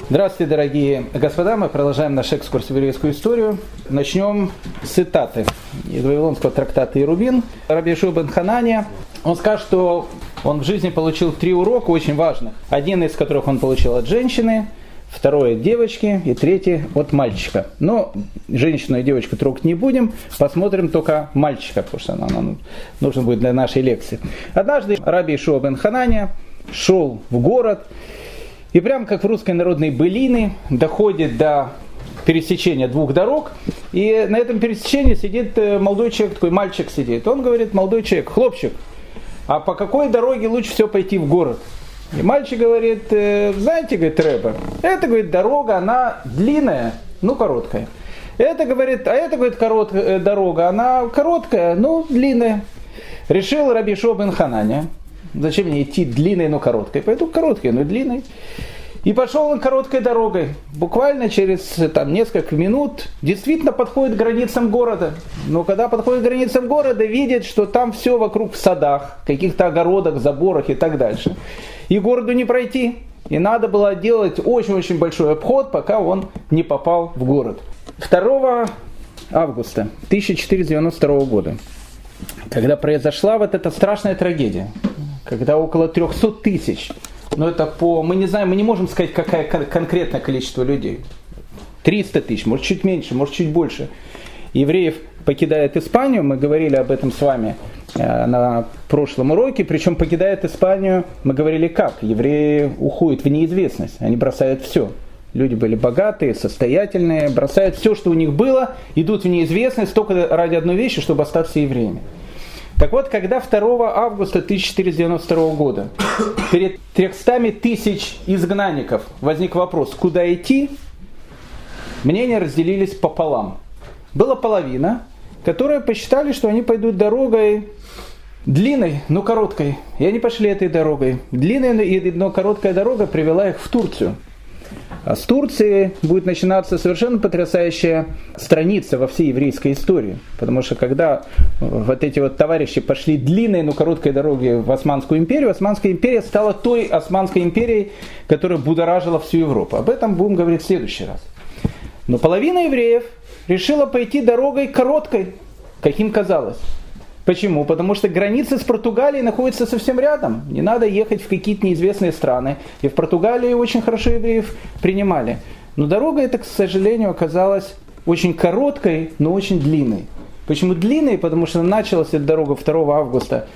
Здравствуйте, дорогие господа. Мы продолжаем наш экскурс в еврейскую историю. Начнем с цитаты из Вавилонского трактата «Ирубин». Раби Йошуа бен Ханания, он скажет, что он в жизни получил 3 урока очень важных. Один из которых он получил от женщины, второй от девочки и третий от мальчика. Но женщину и девочку трогать не будем, посмотрим только мальчика, потому что нам нужно будет для нашей лекции. Однажды Раби Йошуа бен Ханания шел в город, и прямо как в русской народной былине доходит до пересечения 2 дорог, и на этом пересечении сидит молодой человек, такой мальчик сидит. Он говорит: молодой человек, хлопчик, а по какой дороге лучше всего пойти в город? И мальчик говорит: знаете, говорит, Рэбе, это, говорит, дорога, она длинная, но короткая. Это, говорит, короткая дорога, она короткая, но длинная. Решил Раби Йошуа бен Ханания: зачем мне идти длинной, но короткой? Пойду короткой, но длинной. И пошел он короткой дорогой. Буквально через несколько минут действительно подходит к границам города. Но когда подходит к границам города, видит, что там все вокруг в садах, каких-то огородах, заборах и так дальше. И городу не пройти. И надо было делать очень-очень большой обход, пока он не попал в город. 2 августа 1492 года, когда произошла вот эта страшная трагедия, когда около 300 тысяч, но это мы не знаем, мы не можем сказать, какое конкретное количество людей, 300 тысяч, может чуть меньше, может чуть больше, евреев покидает Испанию, мы говорили об этом с вами на прошлом уроке, причем покидает Испанию, мы говорили как, евреи уходят в неизвестность, они бросают все. Люди были богатые, состоятельные, бросают все, что у них было, идут в неизвестность только ради одной вещи, чтобы остаться евреями. Так вот, когда 2 августа 1492 года перед 300 тысяч изгнанников возник вопрос, куда идти, мнения разделились пополам. Была половина, которые посчитали, что они пойдут дорогой длинной, но короткой. И они пошли этой дорогой. Длинная, но короткая дорога привела их в Турцию. А с Турции будет начинаться совершенно потрясающая страница во всей еврейской истории. Потому что когда вот эти вот товарищи пошли длинной, но короткой дорогой в Османскую империю, Османская империя стала той Османской империей, которая будоражила всю Европу. Об этом будем говорить в следующий раз. Но половина евреев решила пойти дорогой короткой, как им казалось. Почему? Потому что граница с Португалией находится совсем рядом. Не надо ехать в какие-то неизвестные страны. И в Португалии очень хорошо евреев принимали. Но дорога эта, к сожалению, оказалась очень короткой, но очень длинной. Почему длинной? Потому что началась эта дорога 2 августа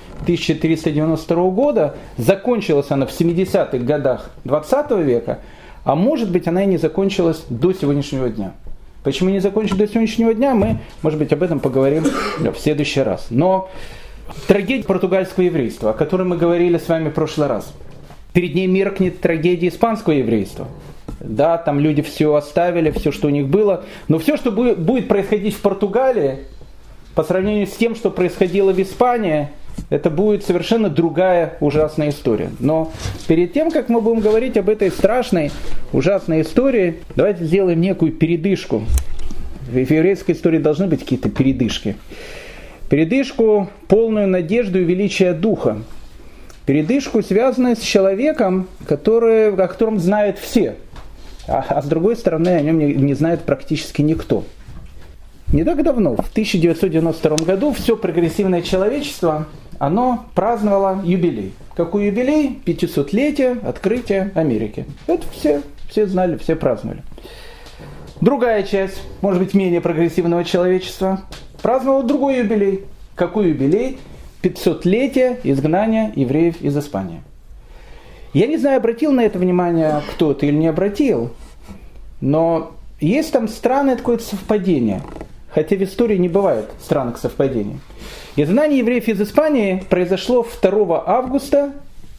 1392 года, закончилась она в 70-х годах 20 века, а может быть она и не закончилась до сегодняшнего дня. Почему не закончили до сегодняшнего дня, мы, может быть, об этом поговорим в следующий раз. Но трагедия португальского еврейства, о которой мы говорили с вами в прошлый раз, перед ней меркнет трагедия испанского еврейства. Да, там люди все оставили, все, что у них было, но все, что будет происходить в Португалии, по сравнению с тем, что происходило в Испании, это будет совершенно другая ужасная история. Но перед тем, как мы будем говорить об этой страшной, ужасной истории, давайте сделаем некую передышку. В еврейской истории должны быть какие-то передышки. Передышку, полную надежду и величия духа. Передышку, связанную с человеком, о котором знают все. А с другой стороны, о нем не знает практически никто. Не так давно, в 1992 году, все прогрессивное человечество, оно праздновало юбилей. Какой юбилей? 500-летие открытия Америки. Это все знали, все праздновали. Другая часть, может быть, менее прогрессивного человечества, праздновала другой юбилей. Какой юбилей? 500-летие изгнания евреев из Испании. Я не знаю, обратил на это внимание кто-то или не обратил, но есть там странное такое совпадение. Хотя в истории не бывает странных совпадений. Изгнание евреев из Испании произошло 2 августа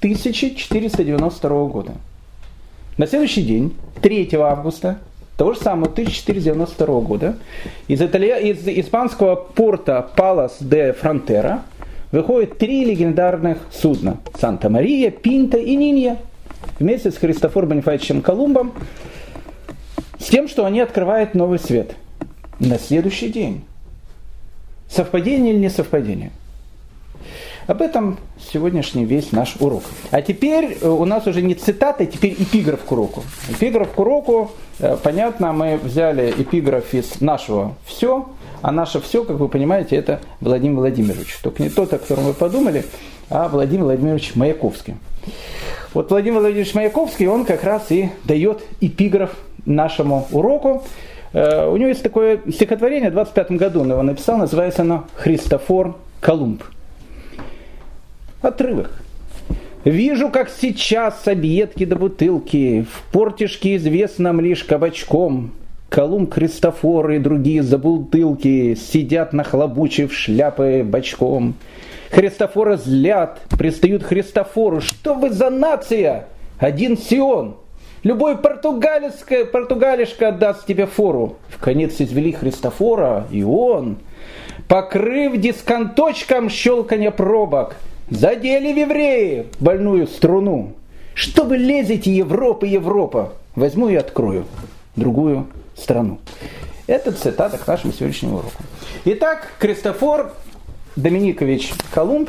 1492 года. На следующий день, 3 августа того же самого 1492 года, из испанского порта Палас де Фронтера выходят 3 легендарных судна: Санта-Мария, Пинта и Нинья, вместе с Христофором Бонифатичем Колумбом, с тем, что они открывают новый свет. На следующий день. Совпадение или не совпадение? Об этом сегодняшний весь наш урок. А теперь у нас уже не цитата, теперь эпиграф к уроку. Эпиграф к уроку, понятно, мы взяли эпиграф из нашего «Все», а наше «Все», как вы понимаете, это Владимир Владимирович. Только не тот, о котором вы подумали, а Владимир Владимирович Маяковский. Вот Владимир Владимирович Маяковский, он как раз и дает эпиграф нашему уроку. У него есть такое стихотворение, в 25 году он его написал, называется оно «Христофор Колумб». Отрывок. «Вижу, как сейчас с объедки до бутылки, в портишке известном лишь кабачком, Колумб, Христофор и другие забултылки сидят, нахлобучив шляпы бочком. Христофора злят, пристают к Христофору. Что вы за нация? Один Сион. Любой португалишка отдаст тебе фору. Вконец извели Христофора, и он, покрыв дисконточком щелканье пробок, задели в евреи больную струну. Что вы лезете, Европа, Европа? Возьму и открою другую страну». Это цитата к нашему сегодняшнему уроку. Итак, Христофор Доминикович Колумб,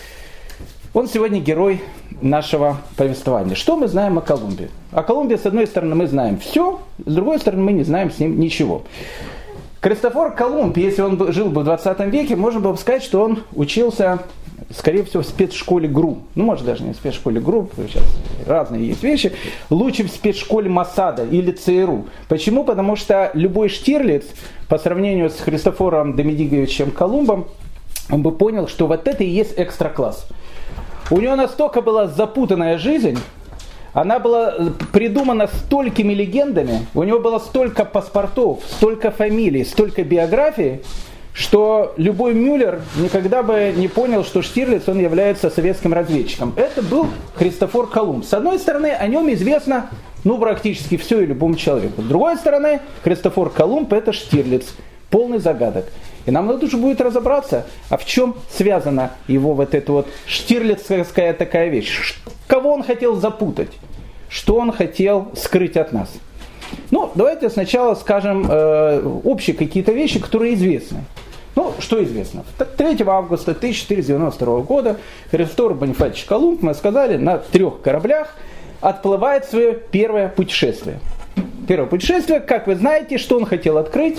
он сегодня герой нашего повествования. Что мы знаем о Колумбе? О Колумбе, с одной стороны, мы знаем все, с другой стороны, мы не знаем с ним ничего. Христофор Колумб, если он жил бы в 20 веке, можно было бы сказать, что он учился, скорее всего, в спецшколе ГРУ. Ну, может, даже не в спецшколе ГРУ, сейчас разные есть вещи. Лучше в спецшколе Моссада или ЦРУ. Почему? Потому что любой Штирлиц, по сравнению с Христофором Доминиковичем Колумбом, он бы понял, что вот это и есть экстра-класс. У него настолько была запутанная жизнь, она была придумана столькими легендами, у него было столько паспортов, столько фамилий, столько биографий, что любой Мюллер никогда бы не понял, что Штирлиц, он является советским разведчиком. Это был Христофор Колумб. С одной стороны, о нем известно, практически все и любому человеку. С другой стороны, Христофор Колумб – это Штирлиц, полный загадок. И нам нужно будет разобраться, а в чем связана его вот эта вот штирлицкая такая вещь. Кого он хотел запутать? Что он хотел скрыть от нас? Давайте сначала скажем общие какие-то вещи, которые известны. Что известно? 3 августа 1492 года Христофор Бонифатич Колумб, мы сказали, на 3 кораблях отплывает в свое первое путешествие. Первое путешествие, как вы знаете, что он хотел открыть?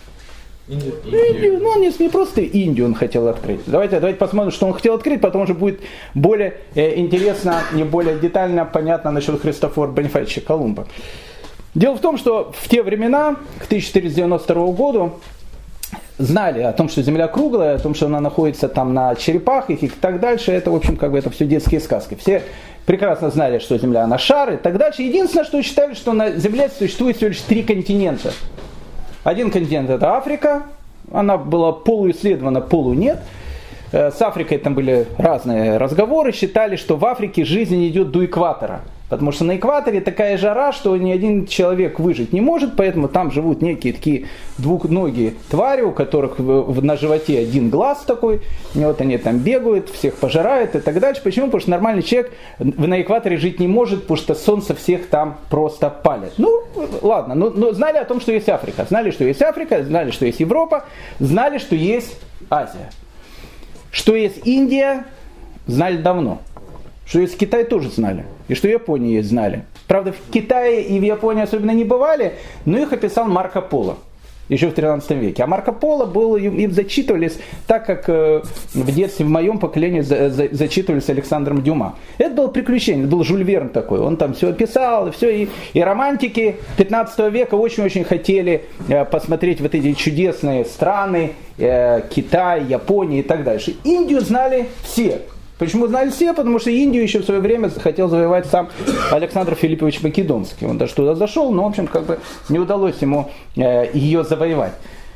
Индию. Он не просто Индию он хотел открыть. Давайте посмотрим, что он хотел открыть, потом уже будет более интересно и более детально понятно насчет Христофора Бонифатича Колумба. Дело в том, что в те времена, к 1492 году, знали о том, что Земля круглая, о том, что она находится там на черепахах и так дальше. Это, в общем, это все детские сказки. Все прекрасно знали, что Земля она шар и так дальше. Единственное, что считали, что на Земле существует всего лишь 3 континента. Один континент – это Африка, она была полуисследована, полу нет. С Африкой там были разные разговоры, считали, что в Африке жизнь идет до экватора. Потому что на экваторе такая жара, что ни один человек выжить не может, поэтому там живут некие такие двухногие твари, у которых на животе один глаз такой, и вот они там бегают, всех пожирают и так дальше. Почему? Потому что нормальный человек на экваторе жить не может, потому что солнце всех там просто палит. Ладно, но знали о том, что есть Африка. Знали, что есть Африка, знали, что есть Европа, знали, что есть Азия. Что есть Индия, знали давно. Что есть Китай, тоже знали. И что Япония есть, знали. Правда, в Китае и в Японии особенно не бывали, но их описал Марко Поло. Еще в 13 веке. А Марко Поло им зачитывались так, как в детстве в моем поколении зачитывались Александром Дюма. Это было приключение, это был Жюль Верн такой. Он там все описал, и романтики 15 века очень-очень хотели посмотреть вот эти чудесные страны, Китай, Япония и так дальше. Индию знали все. Почему знали все? Потому что Индию еще в свое время хотел завоевать сам Александр Филиппович Македонский. Он даже туда зашел, но, в общем, не удалось ему ее завоевать.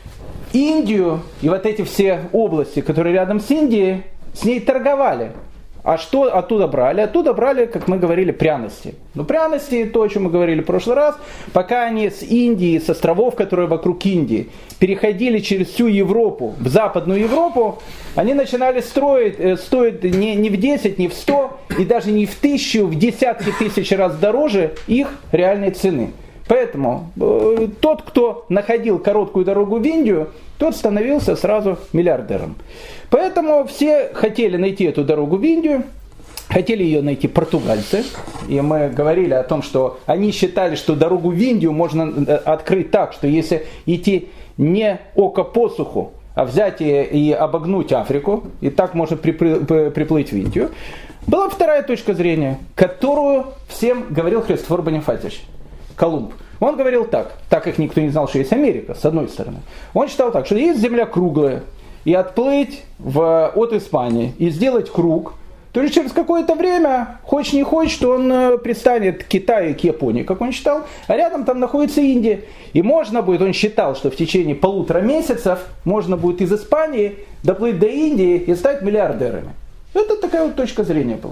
Индию и вот эти все области, которые рядом с Индией, с ней торговали. А что оттуда брали? Оттуда брали, как мы говорили, пряности. Пряности, то, о чем мы говорили в прошлый раз, пока они с Индии, с островов, которые вокруг Индии, переходили через всю Европу, в Западную Европу, они начинали стоить не в 10, не в 100, и даже не в 1000, в десятки тысяч раз дороже их реальной цены. Поэтому тот, кто находил короткую дорогу в Индию, тот становился сразу миллиардером. Поэтому все хотели найти эту дорогу в Индию, хотели ее найти португальцы. И мы говорили о том, что они считали, что дорогу в Индию можно открыть так, что если идти не око по суху, а взять и обогнуть Африку, и так можно приплыть в Индию. Была вторая точка зрения, которую всем говорил Христофор Бонифатич, Колумб. Он говорил так как никто не знал, что есть Америка, с одной стороны. Он считал так, что есть земля круглая, и отплыть от Испании и сделать круг, то есть через какое-то время, хочешь не хочешь, что он пристанет к Китаю и к Японии, как он считал, а рядом там находится Индия. И можно будет, он считал, что в течение 1,5 месяцев можно будет из Испании доплыть до Индии и стать миллиардерами. Это такая вот точка зрения была.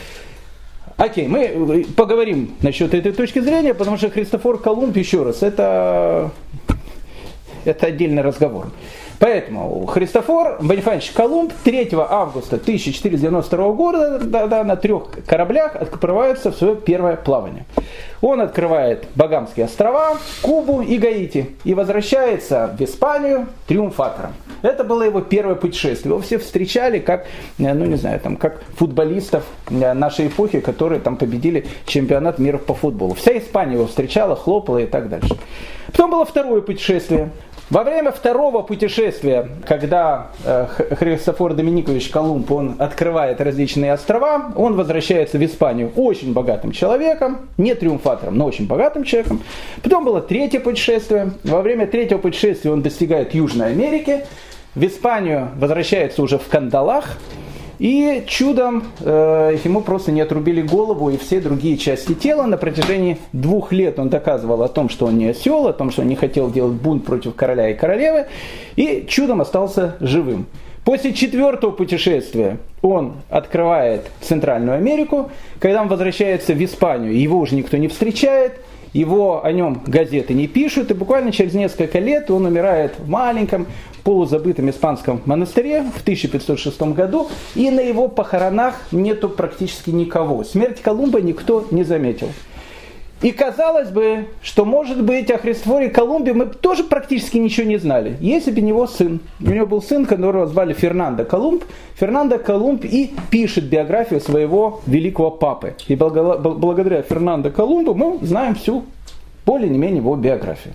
Окей, мы поговорим насчет этой точки зрения, потому что Христофор Колумб, еще раз, это отдельный разговор. Поэтому Христофор Бонифатич Колумб 3 августа 1492 года на 3 кораблях отправляется в свое первое плавание. Он открывает Багамские острова, Кубу и Гаити и возвращается в Испанию триумфатором. Это было его первое путешествие. Его все встречали как, как футболистов нашей эпохи, которые там победили чемпионат мира по футболу. Вся Испания его встречала, хлопала и так дальше. Потом было второе путешествие. Во время второго путешествия, когда Христофор Доминикович Колумб, он открывает различные острова, он возвращается в Испанию очень богатым человеком, не триумфатором, но очень богатым человеком. Потом было третье путешествие. Во время третьего путешествия он достигает Южной Америки, в Испанию возвращается уже в кандалах, и чудом ему просто не отрубили голову и все другие части тела. На протяжении 2 лет он доказывал о том, что он не осел, о том, что он не хотел делать бунт против короля и королевы, и чудом остался живым. После 4-го путешествия он открывает Центральную Америку. Когда он возвращается в Испанию, его уже никто не встречает, о нем газеты не пишут, и буквально через несколько лет он умирает в маленьком полузабытом испанском монастыре в 1506 году, и на его похоронах нету практически никого. Смерть Колумба никто не заметил. И казалось бы, что может быть о Христофоре Колумбе мы тоже практически ничего не знали, если бы него сын. У него был сын, которого звали Фернандо Колумб. Фернандо Колумб и пишет биографию своего великого папы. И благодаря Фернандо Колумбу мы знаем всю более-менее его биографию.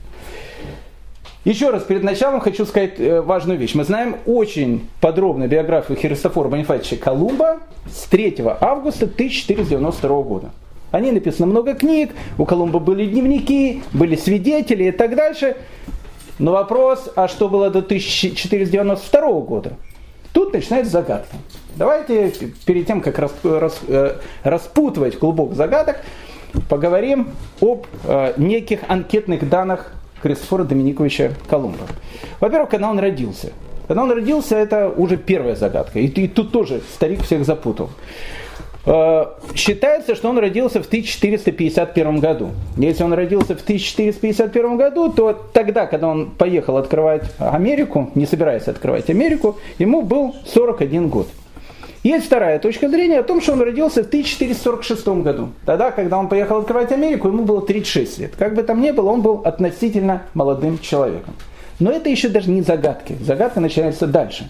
Еще раз, перед началом хочу сказать важную вещь. Мы знаем очень подробно биографию Христофора Бонифатича Колумба с 3 августа 1492 года. О ней написано много книг, у Колумба были дневники, были свидетели и так дальше. Но вопрос, а что было до 1492 года? Тут начинается загадка. Давайте перед тем, как распутывать клубок загадок, поговорим об неких анкетных данных Христофора Доминиковича Колумба. Во-первых, когда он родился. Когда он родился, это уже первая загадка. И тут тоже старик всех запутал. Считается, что он родился в 1451 году. Если он родился в 1451 году, то тогда, когда он поехал открывать Америку, не собираясь открывать Америку, ему был 41 год. Есть вторая точка зрения о том, что он родился в 1446 году. Тогда, когда он поехал открывать Америку, ему было 36 лет. Как бы там ни было, он был относительно молодым человеком. Но это еще даже не загадки. Загадка начинается дальше.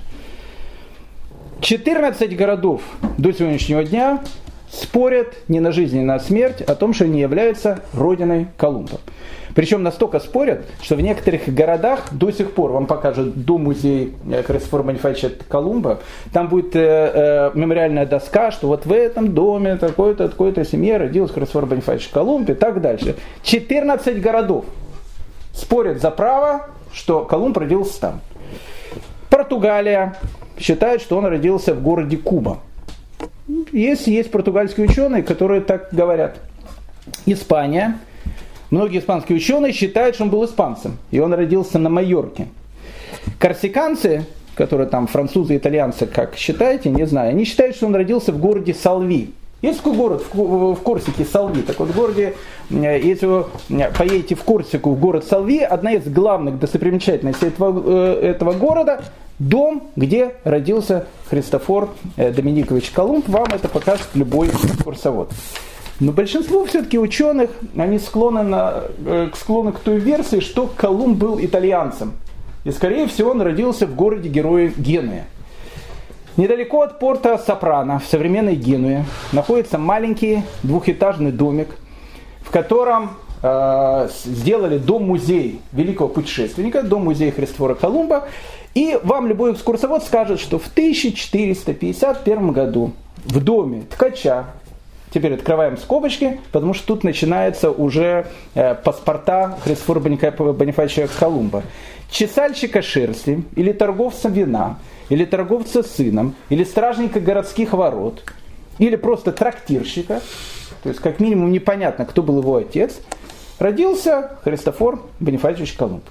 14 городов до сегодняшнего дня спорят не на жизнь, не на смерть о том, что они являются родиной Колумба. Причем настолько спорят, что в некоторых городах до сих пор, вам покажут дом-музей Христофора Бонифатича Колумба, там будет мемориальная доска, что вот в этом доме такой-то семье родился Христофор Бонифатич Колумб и так дальше. 14 городов спорят за право, что Колумб родился там. Португалия считает, что он родился в городе Куба. Есть португальские ученые, которые так говорят. Испания. Многие испанские ученые считают, что он был испанцем, и он родился на Майорке. Корсиканцы, которые там французы, итальянцы, как считаете, не знаю, они считают, что он родился в городе Салви. Есть такой город в Корсике, Салви. Так вот, в городе, если вы поедете в Корсику, в город Салви, одна из главных достопримечательностей этого города – дом, где родился Христофор Доминикович Колумб. Вам это покажет любой экскурсовод. Но большинство все-таки ученых, они склонны к той версии, что Колумб был итальянцем. И, скорее всего, он родился в городе-герое Генуя. Недалеко от порта Сопрано, в современной Генуе, находится маленький двухэтажный домик, в котором сделали дом-музей великого путешественника, дом-музей Христофора Колумба. И вам любой экскурсовод скажет, что в 1451 году в доме ткача, теперь открываем скобочки, потому что тут начинаются уже паспорта Христофора Бонифатия Колумба, чесальщика шерсти, или торговца вина, или торговца сыном, или стражника городских ворот, или просто трактирщика, то есть как минимум непонятно, кто был его отец, родился Христофор Бонифатьевич Колумб.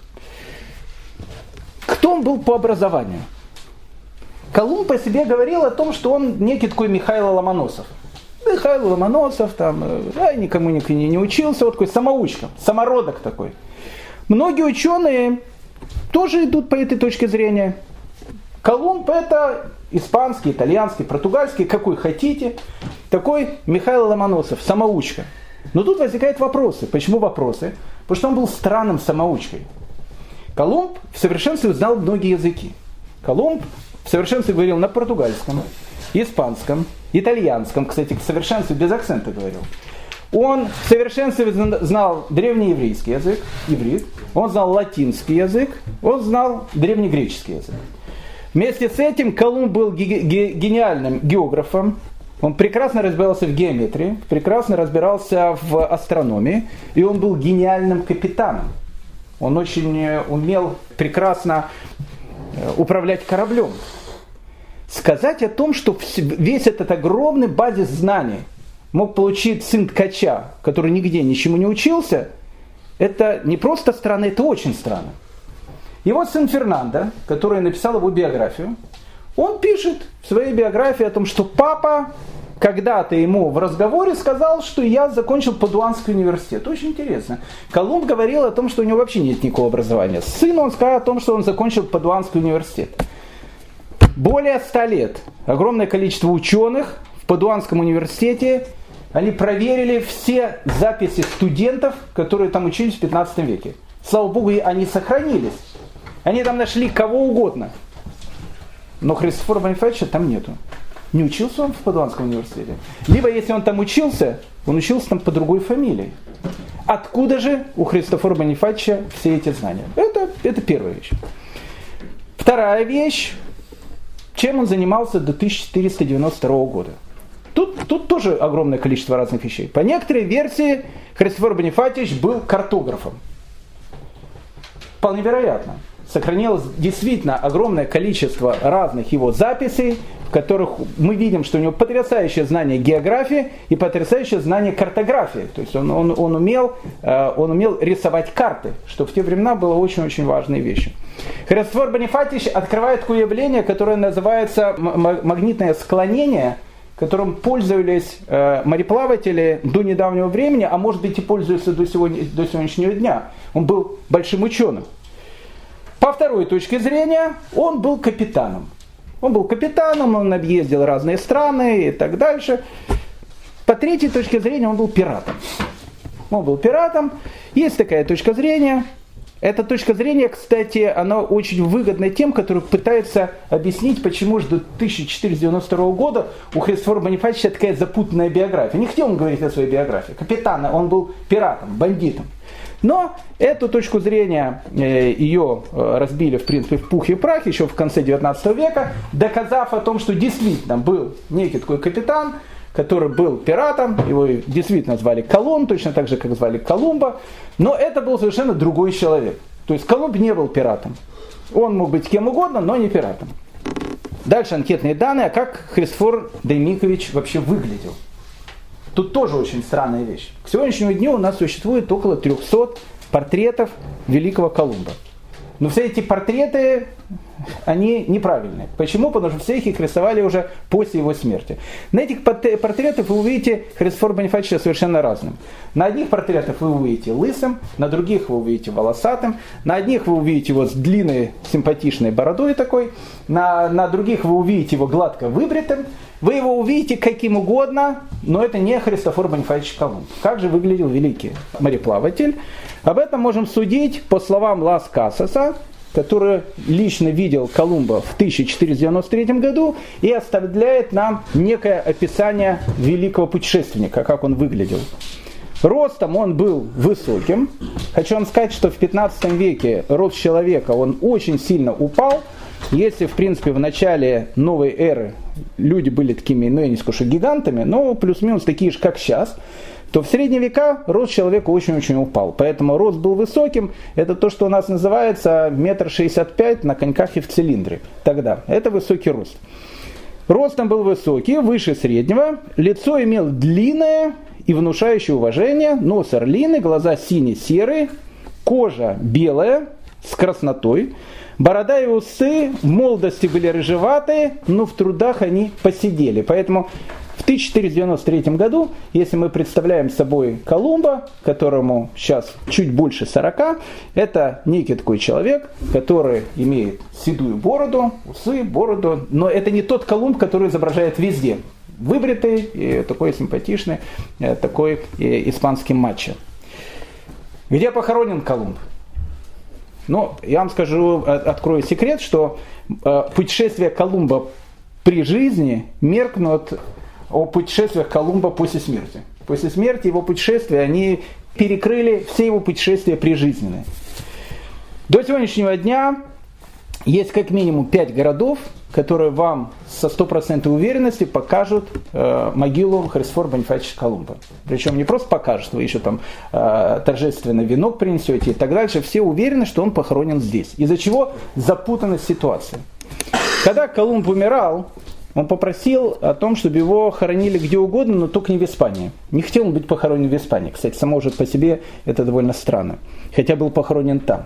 Кто он был по образованию? Колумб по себе говорил о том, что он некий такой Михаил Ломоносов. Михаил Ломоносов там, никому не учился, вот такой самоучка, самородок такой. Многие ученые тоже идут по этой точке зрения. Колумб это испанский, итальянский, португальский, какой хотите, такой Михаил Ломоносов, самоучка. Но тут возникают вопросы. Почему вопросы? Потому что он был странным самоучкой. Колумб в совершенстве знал многие языки. Колумб в совершенстве говорил на португальском, испанском, итальянском, кстати, в совершенстве без акцента говорил. Он в совершенстве знал древнееврейский язык, иврит, он знал латинский язык, он знал древнегреческий язык. Вместе с этим Колумб был гениальным географом, он прекрасно разбирался в геометрии, прекрасно разбирался в астрономии, и он был гениальным капитаном. Он очень умел прекрасно управлять кораблем. Сказать о том, что весь этот огромный базис знаний мог получить сын ткача, который нигде ничему не учился, это не просто странно, это очень странно. И вот сын Фернандо, который написал его биографию, он пишет в своей биографии о том, что папа когда-то ему в разговоре сказал, что я закончил Падуанский университет. Очень интересно. Колумб говорил о том, что у него вообще нет никакого образования. Сыну он сказал о том, что он закончил Падуанский университет. Более 100 лет огромное количество ученых в Падуанском университете, они проверили все записи студентов, которые там учились в 15 веке. Слава Богу, они сохранились. Они там нашли кого угодно. Но Христофора Бонифатьевича там нету. Не учился он в Падуанском университете. Либо, если он там учился, он учился там по другой фамилии. Откуда же у Христофора Бонифатьевича все эти знания? Это первая вещь. Вторая вещь. Чем он занимался до 1492 года? Тут тоже огромное количество разных вещей. По некоторой версии Христофор Бонифатьевич был картографом. Вполне вероятно. Сохранилось действительно огромное количество разных его записей, в которых мы видим, что у него потрясающее знание географии и потрясающее знание картографии. То есть он умел рисовать карты, что в те времена было очень-очень важной вещью. Христофор Бонифатьевич открывает такое явление, которое называется магнитное склонение, которым пользовались мореплаватели до недавнего времени, а может быть и пользуются до сегодняшнего дня. Он был большим ученым. По второй точке зрения, он был капитаном. Он объездил разные страны и так дальше. По третьей точке зрения, он был пиратом. Есть такая точка зрения. Эта точка зрения, кстати, она очень выгодна тем, которые пытаются объяснить, почему же до 1492 года у Христофора Бонифатьевича такая запутанная биография. Не хотел он говорить о своей биографии. Капитан, он был пиратом, бандитом. Но эту точку зрения ее разбили, в принципе, в пух и прах еще в конце 19 века, доказав о том, что действительно был некий такой капитан, который был пиратом, его действительно звали Колон, точно так же, как звали Колумба, но это был совершенно другой человек. То есть Колумб не был пиратом. Он мог быть кем угодно, но не пиратом. Дальше анкетные данные, как Христофор Домикович вообще выглядел. Тут тоже очень странная вещь. К сегодняшнему дню у нас существует около 300 портретов великого Колумба. Но все эти портреты, они неправильные. Почему? Потому что все их рисовали уже после его смерти. На этих портретах вы увидите Христофора Бонифатьевича совершенно разным. На одних портретах вы увидите лысым, на других вы увидите волосатым, на одних вы увидите его с длинной симпатичной бородой такой, на других вы увидите его гладко выбритым. Вы его увидите каким угодно, но это не Христофор Бонифатич Колумб. Как же выглядел великий мореплаватель? Об этом можем судить по словам Лас Касаса, который лично видел Колумба в 1493 году и оставляет нам некое описание великого путешественника, как он выглядел. Ростом он был высоким. Хочу вам сказать, что в 15 веке рост человека он очень сильно упал. Если, в принципе, в начале новой эры люди были такими, я не скажу, гигантами, но плюс-минус такие же, как сейчас, то в средние века рост человека очень-очень упал. Поэтому рост был высоким. Это то, что у нас называется 1,65 м на коньках и в цилиндре. Тогда это высокий рост. Ростом был высокий, выше среднего. Лицо имел длинное и внушающее уважение. Нос орлиный, глаза сине-серые, кожа белая с краснотой. Борода и усы в молодости были рыжеватые, но в трудах они поседели. Поэтому в 1493 году, если мы представляем собой Колумба, которому сейчас чуть больше 40, это некий такой человек, который имеет седую бороду, усы, бороду, но это не тот Колумб, который изображает везде. Выбритый, и такой симпатичный, такой испанский мачо. Где похоронен Колумб? Ну, я вам скажу, открою секрет, что путешествия Колумба при жизни меркнут о путешествиях Колумба после смерти. После смерти его путешествия, они перекрыли все его путешествия прижизненные. До сегодняшнего дня есть как минимум 5 городов, которые вам со 100% уверенности покажут могилу Христофора Бонифатича Колумба. Причем не просто покажут, вы еще там торжественный венок принесете и так дальше. Все уверены, что он похоронен здесь. Из-за чего запутанность ситуации. Когда Колумб умирал, он попросил о том, чтобы его хоронили где угодно, но только не в Испании. Не хотел он быть похоронен в Испании. Кстати, само уже по себе это довольно странно. Хотя был похоронен там.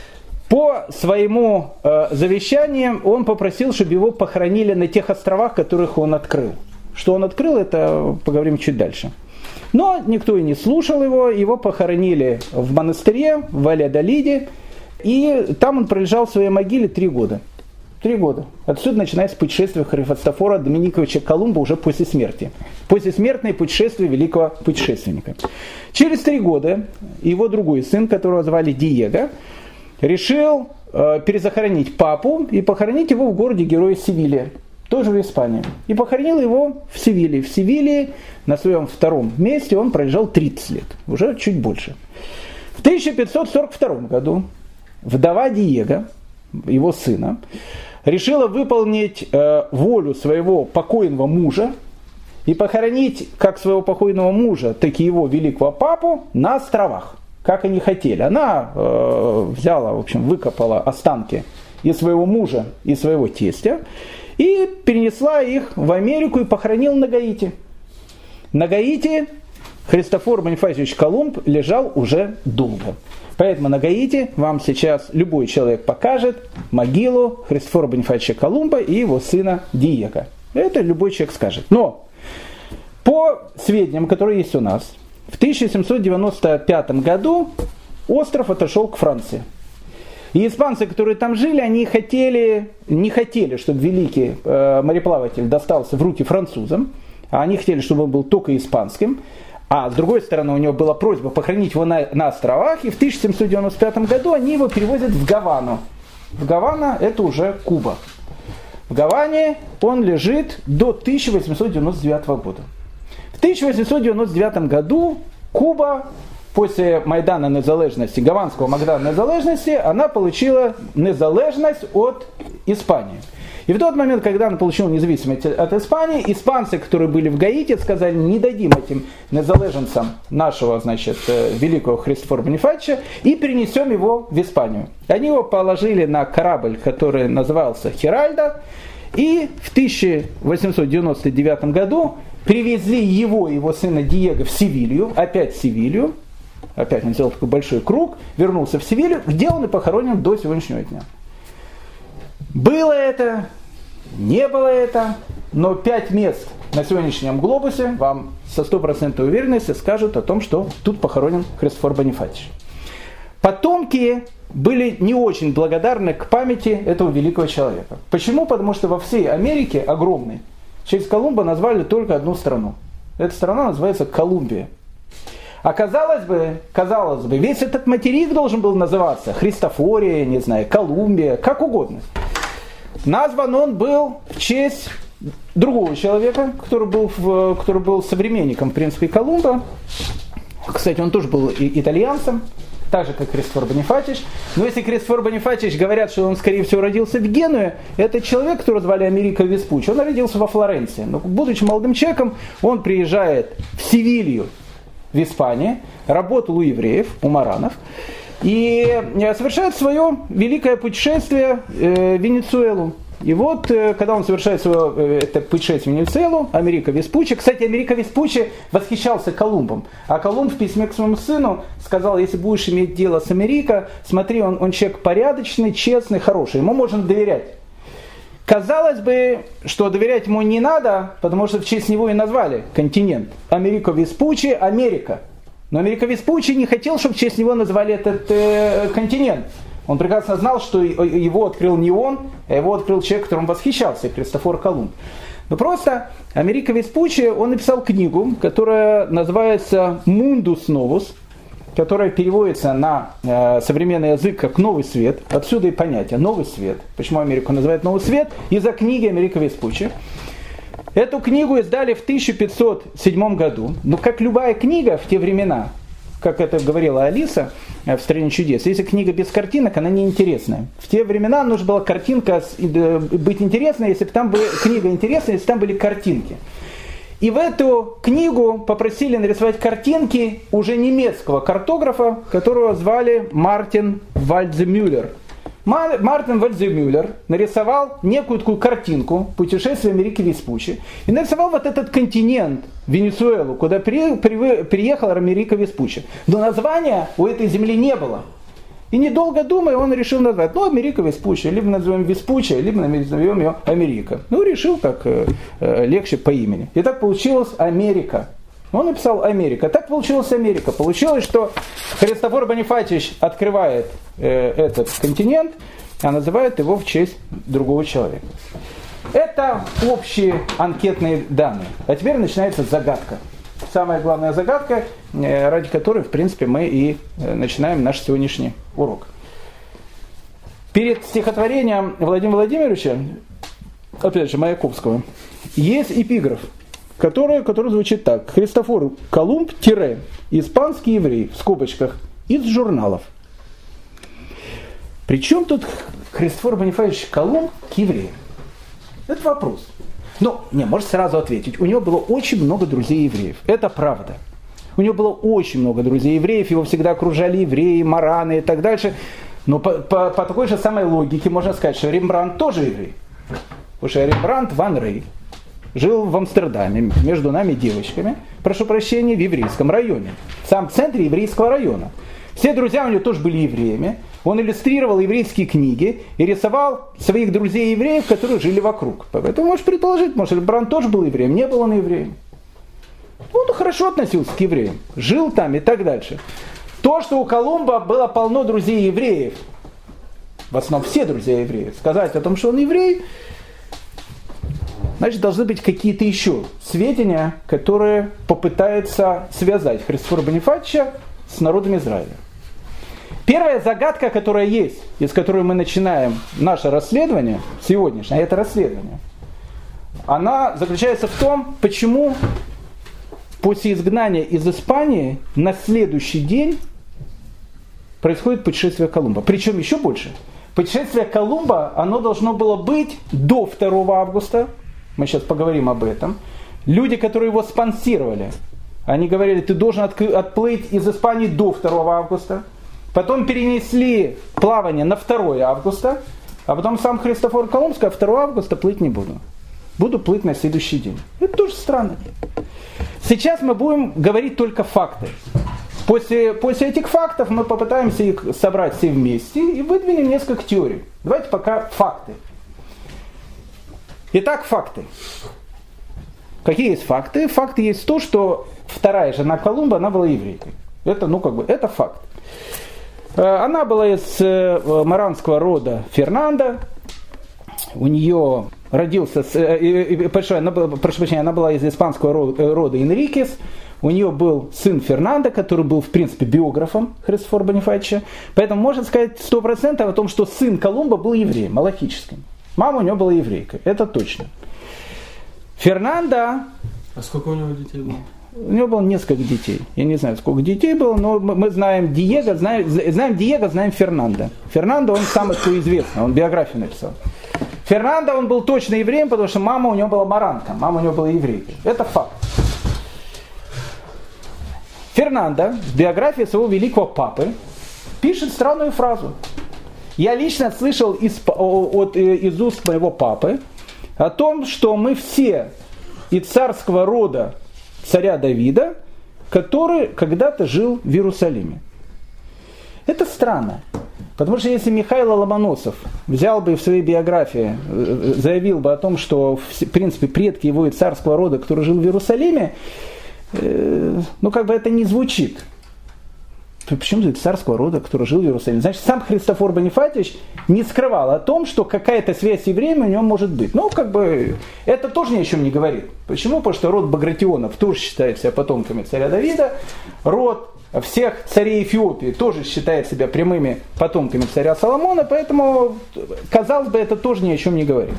По своему завещанию он попросил, чтобы его похоронили на тех островах, которых он открыл. Что он открыл, это поговорим чуть дальше. Но никто и не слушал его похоронили в монастыре, в Вальядолиде, и там он пролежал в своей могиле 3 года. 3 года. Отсюда начинается путешествие Христофора Доминиковича Колумба уже после смерти. Послесмертное путешествие великого путешественника. Через 3 года его другой сын, которого звали Диего, решил перезахоронить папу и похоронить его в городе Героя Севилья, тоже в Испании. И похоронил его в Севилье. В Севилье на своем 2-м месте он пролежал 30 лет, уже чуть больше. В 1542 году вдова Диего, его сына, решила выполнить волю своего покойного мужа и похоронить как своего покойного мужа, так и его великого папу на островах, как они хотели. Она взяла, в общем, выкопала останки и своего мужа, и своего тестя, и перенесла их в Америку и похоронила на Гаити. На Гаити Христофор Бонифатич Колумб лежал уже долго. Поэтому на Гаити вам сейчас любой человек покажет могилу Христофора Бонифатича Колумба и его сына Диего. Это любой человек скажет. Но по сведениям, которые есть у нас, в 1795 году остров отошел к Франции. И испанцы, которые там жили, они не хотели, чтобы великий мореплаватель достался в руки французам. А они хотели, чтобы он был только испанским. А с другой стороны, у него была просьба похоронить его на островах. И в 1795 году они его перевозят в Гавану. В Гавана это уже Куба. В Гаване он лежит до 1899 года. В 1899 году Куба после Майдана незалежности, Гаванского Майдана незалежности, она получила незалежность от Испании. И в тот момент, когда она получила независимость от Испании, испанцы, которые были в Гаити, сказали: не дадим этим незалеженцам нашего, значит, великого Христофора Бонифатича и перенесем его в Испанию. Они его положили на корабль, который назывался Хиральда, и в 1899 году привезли его сына Диего в Севилью, опять в Севилью, опять он сделал такой большой круг, вернулся в Севилью, где он и похоронен до сегодняшнего дня. Было это, не было это, но 5 мест на сегодняшнем глобусе вам со 100% уверенностью скажут о том, что тут похоронен Христофор Бонифатич. Потомки были не очень благодарны к памяти этого великого человека. Почему? Потому что во всей Америке огромной в честь Колумба назвали только одну страну. Эта страна называется Колумбия. А казалось бы, весь этот материк должен был называться Христофория, не знаю, Колумбия, как угодно. Назван он был в честь другого человека, который был современником, в принципе, Колумба. Кстати, он тоже был итальянцем, так же, как Христофор Бонифатич. Но если Христофор Бонифатич говорят, что он, скорее всего, родился в Генуе, это человек, которого звали Америко Веспуччи. Он родился во Флоренции. Но, будучи молодым человеком, он приезжает в Севилью, в Испании, работал у евреев, у маранов, и совершает свое великое путешествие в Венесуэлу. И вот, когда он совершает свое это путешествие в Венесуэлу, Америко Веспуччи, кстати, Америко Веспуччи восхищался Колумбом, а Колумб в письме к своему сыну сказал: если будешь иметь дело с Америко, смотри, он человек порядочный, честный, хороший, ему можно доверять. Казалось бы, что доверять ему не надо, потому что в честь него и назвали континент. Америко Веспуччи, Америка. Но Америко Веспуччи не хотел, чтобы в честь него назвали этот континент. Он прекрасно знал, что его открыл не он, а его открыл человек, которым восхищался, Христофор Колумб. Но просто Америко Веспуччи, он написал книгу, которая называется «Mundus Novus», которая переводится на современный язык как «Новый свет». Отсюда и понятие «Новый свет». Почему Америку называют «Новый свет»? Из-за книги Америко Веспуччи. Эту книгу издали в 1507 году. Но как любая книга в те времена, как это говорила Алиса в «Стране чудес», если книга без картинок, она неинтересная. В те времена нужна была картинка быть интересной, если бы там была книга интересная, если там были картинки. И в эту книгу попросили нарисовать картинки уже немецкого картографа, которого звали Мартин Вальдземюллер. Мартин Вальдземюллер нарисовал некую такую картинку путешествия Америко Веспуччи и нарисовал вот этот континент, Венесуэлу, куда приехал Америко Веспуччи. Но названия у этой земли не было. И недолго думая, он решил назвать, Америко Веспуччи, либо назовем Веспуччи, либо назовем ее Америка. Решил как легче по имени. И так получилось Америка. Он написал Америка. Так получилась Америка. Получилось, что Христофор Бонифатич открывает этот континент, а называет его в честь другого человека. Это общие анкетные данные. А теперь начинается загадка. Самая главная загадка, ради которой, в принципе, мы и начинаем наш сегодняшний урок. Перед стихотворением Владимира Владимировича, опять же, Маяковского, есть эпиграф, который звучит так. Христофор Колумб, испанский еврей, в скобочках, из журналов. Причем тут Христофор Бонифатич Колумб к евреям? Это вопрос. Может сразу ответить. У него было очень много друзей-евреев. Это правда. У него было очень много друзей-евреев, его всегда окружали евреи, мараны и так дальше. Но по такой же самой логике можно сказать, что Рембрандт тоже еврей. Потому что Рембрандт Ван Рей жил в Амстердаме, между нами девочками, прошу прощения, в еврейском районе. В самом центре еврейского района. Все друзья у него тоже были евреями. Он иллюстрировал еврейские книги и рисовал своих друзей-евреев, которые жили вокруг. Поэтому можешь предположить, может, Рембрандт тоже был евреем, не был он евреем. Он хорошо относился к евреям, жил там и так дальше. То, что у Колумба было полно друзей-евреев, в основном все друзья-евреи, сказать о том, что он еврей, значит, должны быть какие-то еще сведения, которые попытаются связать Христофора Бонифатича с народом Израиля. Первая загадка, которая есть, из которой мы начинаем наше расследование, сегодняшнее, это расследование, она заключается в том, почему после изгнания из Испании на следующий день происходит путешествие Колумба. Причем еще больше. Путешествие Колумба, оно должно было быть до 2 августа. Мы сейчас поговорим об этом. Люди, которые его спонсировали, они говорили, ты должен отплыть из Испании до 2 августа. Потом перенесли плавание на 2 августа. А потом сам Христофор Колумб сказал, 2 августа плыть не буду. Буду плыть на следующий день. Это тоже странно. Сейчас мы будем говорить только факты. После этих фактов мы попытаемся их собрать все вместе и выдвинем несколько теорий. Давайте пока факты. Итак, факты. Какие есть факты? Факты есть то, что вторая жена Колумба, она была еврейкой. Это факт. Она была из маранского рода Фернандо. У нее родился, она была из испанского рода Энрикес, у нее был сын Фернандо, который был, в принципе, биографом Христофора Бонифатича, поэтому можно сказать 100% о том, что сын Колумба был евреем, малахическим. Мама у него была еврейка, это точно. Фернандо... А сколько у него детей было? У него было несколько детей. Я не знаю, сколько детей было, но мы знаем Диего, знаем Фернандо. Фернандо, он самый кто известный, он биографию написал. Фернандо, он был точно евреем, потому что мама у него была маранка, мама у него была еврейка. Это факт. Фернандо в биографии своего великого папы пишет странную фразу. Я лично слышал из уст моего папы о том, что мы все из царского рода царя Давида, который когда-то жил в Иерусалиме. Это странно. Потому что если Михаил Ломоносов взял бы в своей биографии, заявил бы о том, что в принципе предки его из царского рода, который жил в Иерусалиме, это не звучит. Почему из царского рода, который жил в Иерусалиме? Значит, сам Христофор Бонифатич не скрывал о том, что какая-то связь с евреями у него может быть. Это тоже ни о чем не говорит. Почему? Потому что род Багратионов тоже считает себя потомками царя Давида. Род всех царей Эфиопии тоже считает себя прямыми потомками царя Соломона. Поэтому, казалось бы, это тоже ни о чем не говорит.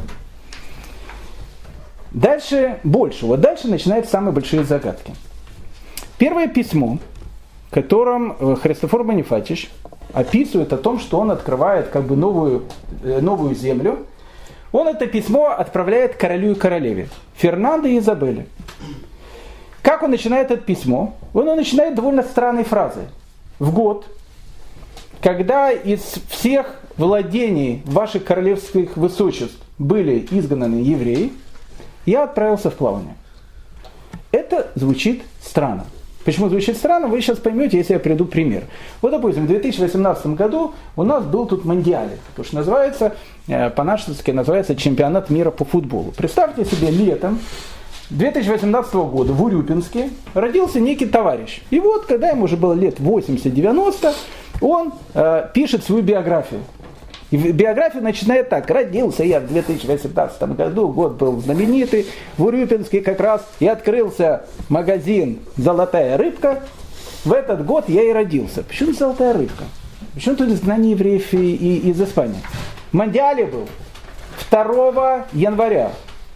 Дальше больше. Вот дальше начинаются самые большие загадки. Первое письмо, в котором Христофор Бонифатич описывает о том, что он открывает новую землю. Он это письмо отправляет королю и королеве, Фернандо и Изабелле. Как он начинает это письмо? Он начинает довольно странной фразой. В год, когда из всех владений ваших королевских высочеств были изгнаны евреи, я отправился в плавание. Это звучит странно. Почему звучит странно, вы сейчас поймете, если я приведу пример. Вот, допустим, в 2018 году у нас был тут Мондиале, то, что называется, по-нашему называется чемпионат мира по футболу. Представьте себе, летом 2018 года в Урюпинске родился некий товарищ. И вот, когда ему уже было лет 80-90, он пишет свою биографию. И биография начинает так. Родился я в 2018 году, год был знаменитый, в Урюпинске как раз и открылся магазин «Золотая рыбка». В этот год я и родился. Почему «Золотая рыбка»? Почему тут изгнание евреев из Испании? Мондиале был 2 января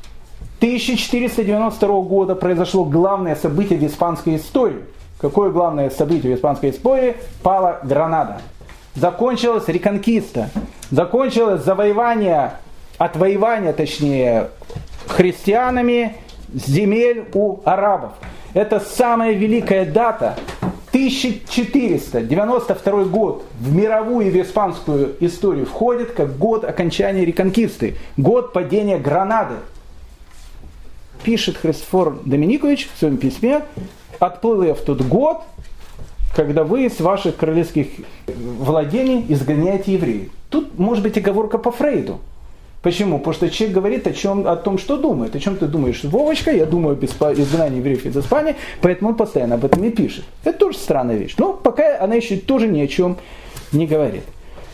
1492 года произошло главное событие в испанской истории. Какое главное событие в испанской истории? Пала Гранада. Закончилась реконкиста, закончилось отвоевание христианами земель у арабов. Это самая великая дата. 1492 год в мировую и в испанскую историю входит как год окончания реконкисты, год падения Гранады. Пишет Христофор Доминикович в своем письме: отплыл я в тот год, когда вы с ваших королевских владений изгоняете евреев. Тут может быть оговорка по Фрейду. Почему? Потому что человек говорит о том, что думает. О чем ты думаешь, Вовочка? Я думаю об изгнании евреев из Испании, поэтому он постоянно об этом и пишет. Это тоже странная вещь. Но пока она еще тоже ни о чем не говорит.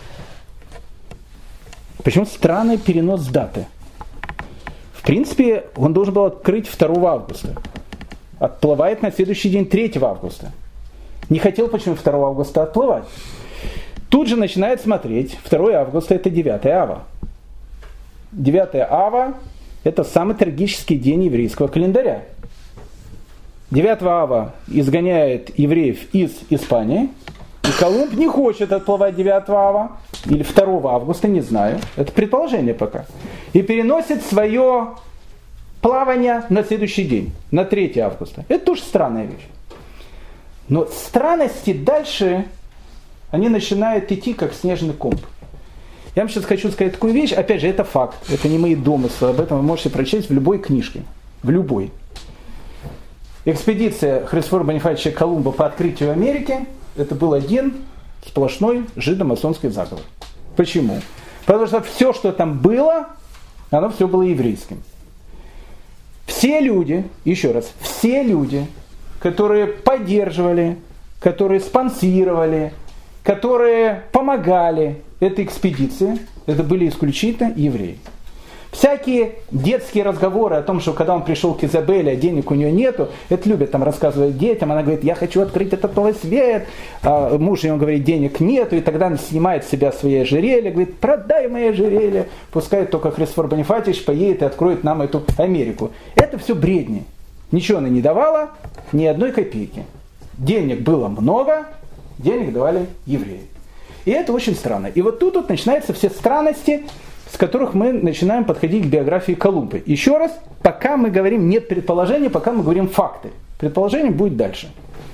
Почему странный перенос даты? В принципе, он должен был открыть 2 августа. Отплывает на следующий день 3 августа. Не хотел почему 2 августа отплывать. Тут же начинает смотреть. 2 августа это 9 ава. 9 ава это самый трагический день еврейского календаря. 9 ава изгоняет евреев из Испании. И Колумб не хочет отплывать 9 ава. Или 2 августа, не знаю. Это предположение пока. И переносит свое плавание на следующий день. На 3 августа. Это тоже странная вещь. Но странности дальше, они начинают идти как снежный ком. Я вам сейчас хочу сказать такую вещь, опять же, это факт, это не мои домыслы, об этом вы можете прочесть в любой книжке, в любой. Экспедиция Христофора Бонифатича Колумба по открытию Америки, это был один сплошной жидомасонский заговор. Почему? Потому что все, что там было, оно все было еврейским. Все люди, еще раз, все люди, которые поддерживали, которые спонсировали, которые помогали этой экспедиции, это были исключительно евреи. Всякие детские разговоры о том, что когда он пришел к Изабелле, а денег у нее нету, это любят там рассказывать детям, она говорит, я хочу открыть этот новый свет, а муж ему говорит, денег нету, и тогда она снимает с себя свои ожерелья, говорит, продай мои ожерелья, пускай только Христофор Бонифатьевич поедет и откроет нам эту Америку. Это все бредни. Ничего она не давала, ни одной копейки. Денег было много, денег давали евреи. И это очень странно. И вот тут вот начинаются все странности, с которых мы начинаем подходить к биографии Колумба. Еще раз, пока мы говорим нет предположений, пока мы говорим факты. Предположение будет дальше.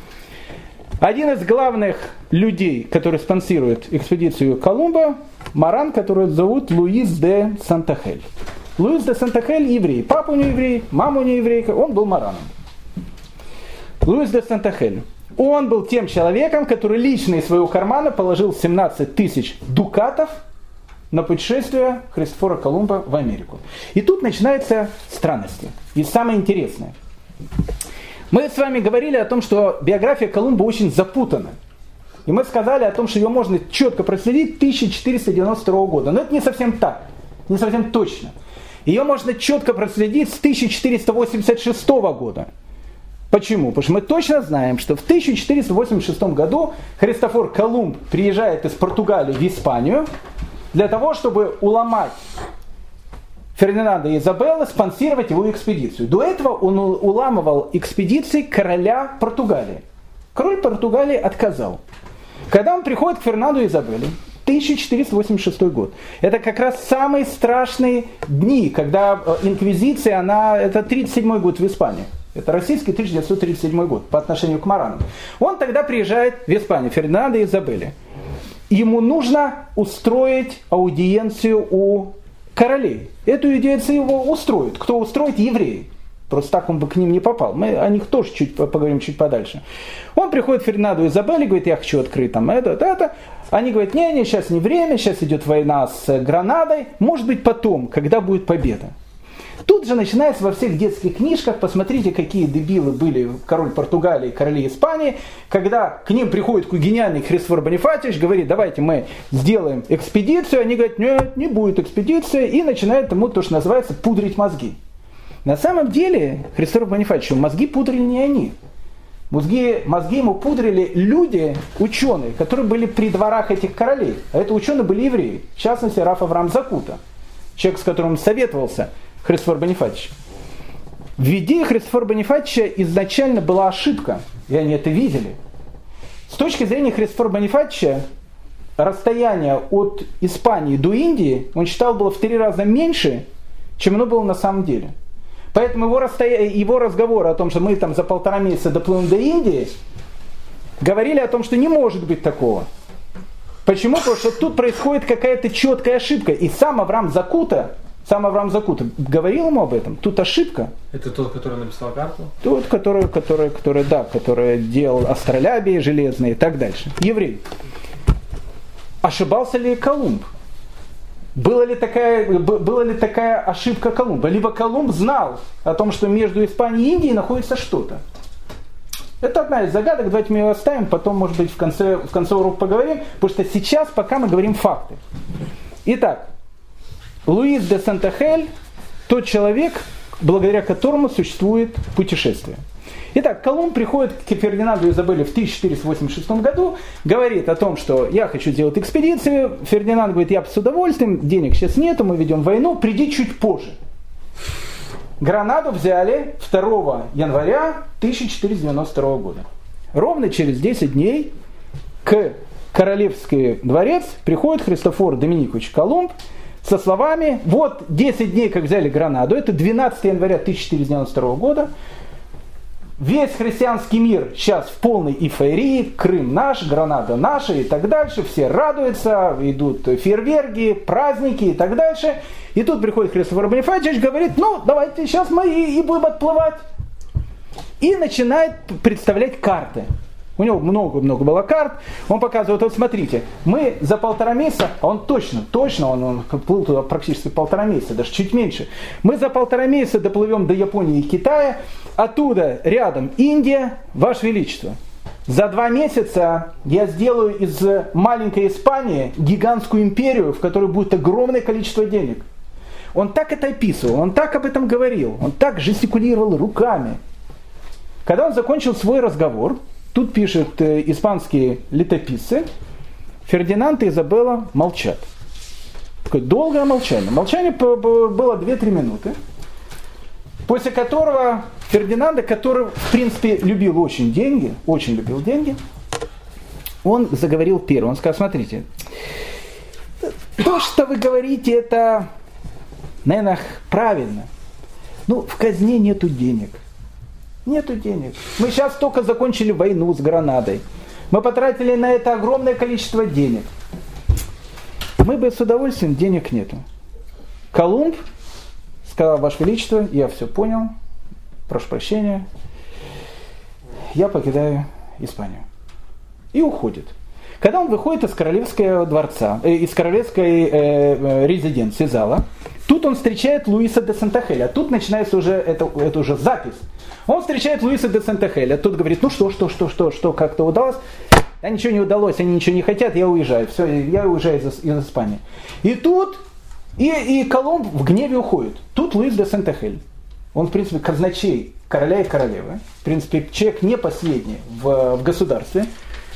Один из главных людей, который спонсирует экспедицию Колумба, маран, которого зовут Луис де Сантахель. Луис де Сантахель еврей. Папа у него еврей, мама у него еврейка, он был мараном. Луис де Сантахель. Он был тем человеком, который лично из своего кармана положил 17 тысяч дукатов на путешествие Христофора Колумба в Америку. И тут начинаются странности. И самое интересное. Мы с вами говорили о том, что биография Колумба очень запутана. И мы сказали о том, что ее можно четко проследить 1492 года. Но это не совсем так, не совсем точно. Ее можно четко проследить с 1486 года. Почему? Потому что мы точно знаем, что в 1486 году Христофор Колумб приезжает из Португалии в Испанию для того, чтобы уломать Фердинанда и Изабеллы спонсировать его экспедицию. До этого он уламывал экспедиции короля Португалии. Король Португалии отказал. Когда он приходит к Фердинанду и Изабелле, 1486 год. Это как раз самые страшные дни, когда инквизиция, это 37 год в Испании. Это российский 1937 год по отношению к маранам. Он тогда приезжает в Испанию, Фердинанда и Изабелле. Ему нужно устроить аудиенцию у королей. Эту аудиенцию его устроит. Кто устроит? Евреи. Просто так он бы к ним не попал. Мы о них тоже поговорим чуть подальше. Он приходит к Фердинанду и Изабелле, говорит, я хочу открыть там это. Они говорят, не, сейчас не время, сейчас идет война с Гранадой. Может быть потом, когда будет победа. Тут же начинается во всех детских книжках, посмотрите, какие дебилы были король Португалии и короли Испании, когда к ним приходит гениальный Христофор Бонифатьевич, говорит, давайте мы сделаем экспедицию, они говорят, нет, не будет экспедиции, и начинают ему то, что называется, пудрить мозги. На самом деле, Христофор Бонифатьевичу мозги пудрили не они. Мозги ему пудрили люди, ученые, которые были при дворах этих королей. А это ученые были евреи, в частности, Раф Авраам Закута, человек, с которым советовался Христофор Бонифатьевич. В идее Христофора Бонифатьевича изначально была ошибка, и они это видели. С точки зрения Христофора Бонифатьевича, расстояние от Испании до Индии, он считал, было в 3 раза меньше, чем оно было на самом деле. Поэтому его разговоры о том, что мы там за 1,5 месяца доплывем до Индии, говорили о том, что не может быть такого. Почему? Потому что тут происходит какая-то четкая ошибка. И сам Авраам Закута говорил ему об этом. Тут ошибка. Это тот, который написал карту? Тот, который делал астролябии железные и так дальше. Еврей. Ошибался ли Колумб? Была ли такая ошибка Колумба? Либо Колумб знал о том, что между Испанией и Индией находится что-то. Это одна из загадок, давайте мы ее оставим, потом, может быть, в конце урока поговорим, потому что сейчас пока мы говорим факты. Итак, Луис де Сантахель – тот человек, благодаря которому существует путешествие. Итак, Колумб приходит к Фердинанду и Изабелле в 1486 году, говорит о том, что я хочу делать экспедицию. Фердинанд говорит, я с удовольствием, денег сейчас нету, мы ведем войну, приди чуть позже. Гранаду взяли 2 января 1492 года. Ровно через 10 дней к Королевский дворец приходит Христофор Доминикович Колумб со словами, вот 10 дней, как взяли Гранаду, это 12 января 1492 года, весь христианский мир сейчас в полной эйфории, Крым наш, Гранада наша и так дальше, все радуются, идут фейерверки, праздники и так дальше. И тут приходит Христофор Бонифатьевич, говорит, давайте сейчас мы и будем отплывать. И начинает представлять карты. У него много было карт. Он показывает, вот смотрите, мы за 1,5 месяца, а он точно, он плыл туда практически 1,5 месяца, даже чуть меньше. Мы за 1,5 месяца доплывем до Японии и Китая, оттуда рядом Индия, Ваше Величество. За 2 месяца я сделаю из маленькой Испании гигантскую империю, в которой будет огромное количество денег. Он так это описывал, он так об этом говорил, он так жестикулировал руками. Когда он закончил свой разговор, тут пишут испанские летописцы, Фердинанд и Изабелла молчат. Такое долгое молчание. Молчание было 2-3 минуты. После которого Фердинанда, который, в принципе, любил очень любил деньги, он заговорил первым. Он сказал: смотрите, то, что вы говорите, это, наверное, правильно. Но в казне нету денег. Нету денег. Мы сейчас только закончили войну с Гранадой. Мы потратили на это огромное количество денег. Мы бы с удовольствием, денег нету. Колумб сказал: Ваше Величество, я все понял, прошу прощения, я покидаю Испанию. И уходит. Когда он выходит из королевского дворца, из королевской резиденции, зала, тут он встречает Луиса де Сантахеля. Тут начинается уже, это уже запись. Он встречает Луиса де Сантахеля. Тут говорит: ну что, как-то удалось? Да ничего не удалось, они ничего не хотят, я уезжаю. Все, я уезжаю из Испании. И тут и Колумб в гневе уходит. Тут Луис де Сантахель. Он, в принципе, казначей короля и королевы. В принципе, человек не последний в государстве.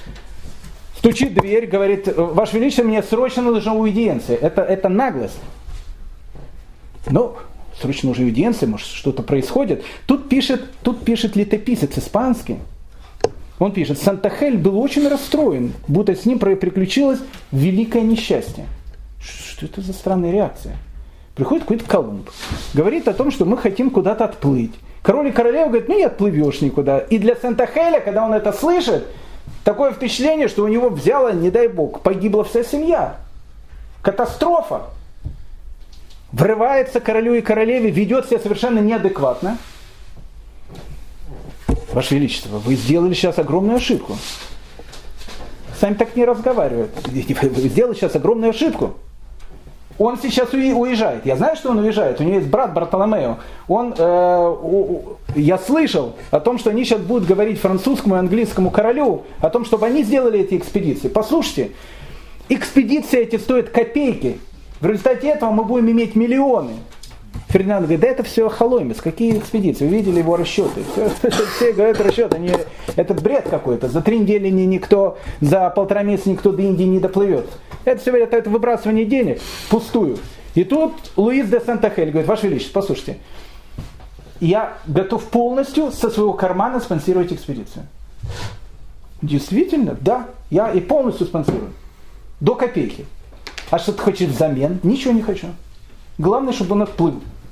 Стучит в дверь, говорит: Ваше Величество, мне срочно нужна аудиенция. Это наглость. Ну, срочно нужна аудиенция, может, что-то происходит. Тут пишет летописец испанский. Он пишет: Сантахель был очень расстроен, будто с ним приключилось великое несчастье. Что это за странная реакция? Приходит какой-то Колумб, говорит о том, что мы хотим куда-то отплыть. Король и королева говорят: ну не отплывешь никуда. И для Сантахеля, когда он это слышит, такое впечатление, что у него взяла, не дай бог, погибла вся семья. Катастрофа. Врывается к королю и королеве, ведет себя совершенно неадекватно. Ваше Величество, вы сделали сейчас огромную ошибку. Сами так не разговаривают. Вы сделали сейчас огромную ошибку. Он сейчас уезжает. Я знаю, что он уезжает. У него есть брат Бартоломео. Я слышал о том, что они сейчас будут говорить французскому и английскому королю о том, чтобы они сделали эти экспедиции. Послушайте, экспедиции эти стоят копейки. В результате этого мы будем иметь миллионы. Фердинанд говорит: да это все холоймец, какие экспедиции, вы видели его расчеты. Все говорят расчеты, это бред какой-то. За 3 недели никто, за 1,5 месяца никто до Индии не доплывет. Это все это выбрасывание денег впустую. И тут Луис де Сантахель говорит: Ваше Величество, послушайте, я готов полностью со своего кармана спонсировать экспедицию. Действительно, да, я и полностью спонсирую. До копейки. А что ты хочешь взамен? Ничего не хочу. Главное, чтобы он отплыл.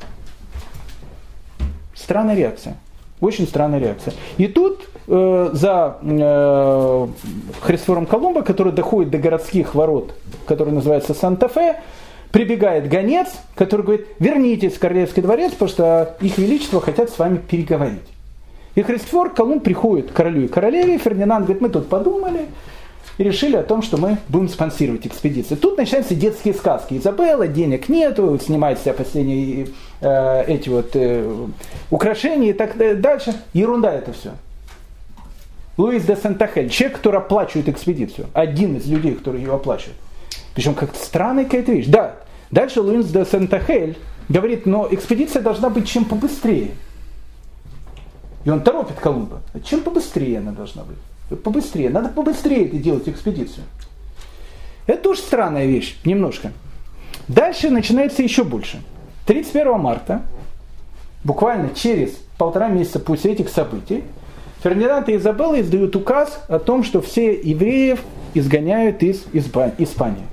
Странная реакция. Очень странная реакция. И тут за Христофором Колумбом, который доходит до городских ворот, который называется Санта-Фе, прибегает гонец, который говорит: вернитесь в Королевский дворец, потому что их величество хотят с вами переговорить. И Христофор Колумб приходит к королю и королеве, Фердинанд говорит: мы тут подумали и решили о том, что мы будем спонсировать экспедиции. Тут начинаются детские сказки. Изабелла, денег нету, снимает себя последние украшения и так дальше. Ерунда это все. Луис де Сантахель, человек, который оплачивает экспедицию. Один из людей, который ее оплачивает. Причем как-то странная какая-то вещь. Да, дальше Луис де Сантахель говорит: но экспедиция должна быть чем побыстрее. И он торопит Колумба. Чем побыстрее она должна быть? Побыстрее. Надо побыстрее это делать, экспедицию. Это тоже странная вещь, немножко. Дальше начинается еще больше. 31 марта, буквально через 1,5 месяца после этих событий, Фердинанд и Изабелла издают указ о том, что все евреев изгоняют из Испании.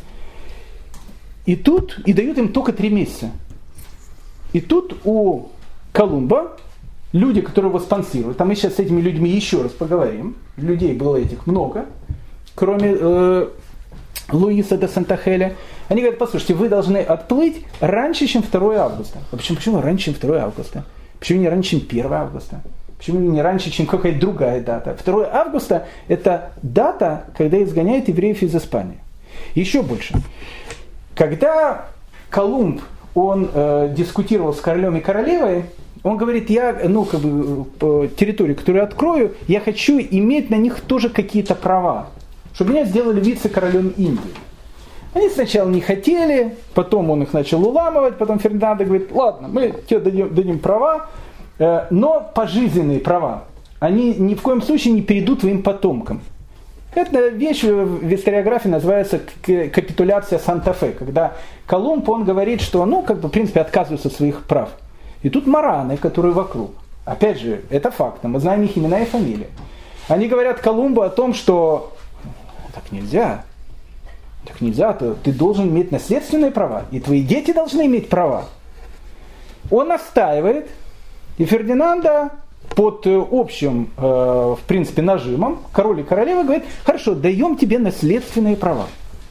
И дают им только 3 месяца. И тут у Колумба люди, которые его спонсируют, там мы сейчас с этими людьми еще раз поговорим, людей было этих много, кроме Луиса де Сантахеля, они говорят: послушайте, вы должны отплыть раньше, чем 2 августа. А почему раньше, чем 2 августа? Почему не раньше, чем 1 августа? Почему не раньше, чем какая-то другая дата? 2 августа – это дата, когда изгоняют евреев из Испании. Еще больше. Когда Колумб, он дискутировал с королем и королевой, он говорит: я, территорию, которую открою, я хочу иметь на них тоже какие-то права, чтобы меня сделали вице-королем Индии. Они сначала не хотели, потом он их начал уламывать, потом Фердинанд говорит, ладно, мы тебе дадим права, но пожизненные права. Они ни в коем случае не перейдут твоим потомкам. Эта вещь в историографии называется капитуляция Санта-Фе, когда Колумб, он говорит, что, в принципе, отказывается от своих прав. И тут мараны, которые вокруг. Опять же, это факт, мы знаем их имена и фамилии. Они говорят Колумбу о том, что так нельзя, ты должен иметь наследственные права, и твои дети должны иметь права. Он настаивает, и Фердинанда под общим, в принципе, нажимом, король и королева говорит, хорошо, даем тебе наследственные права.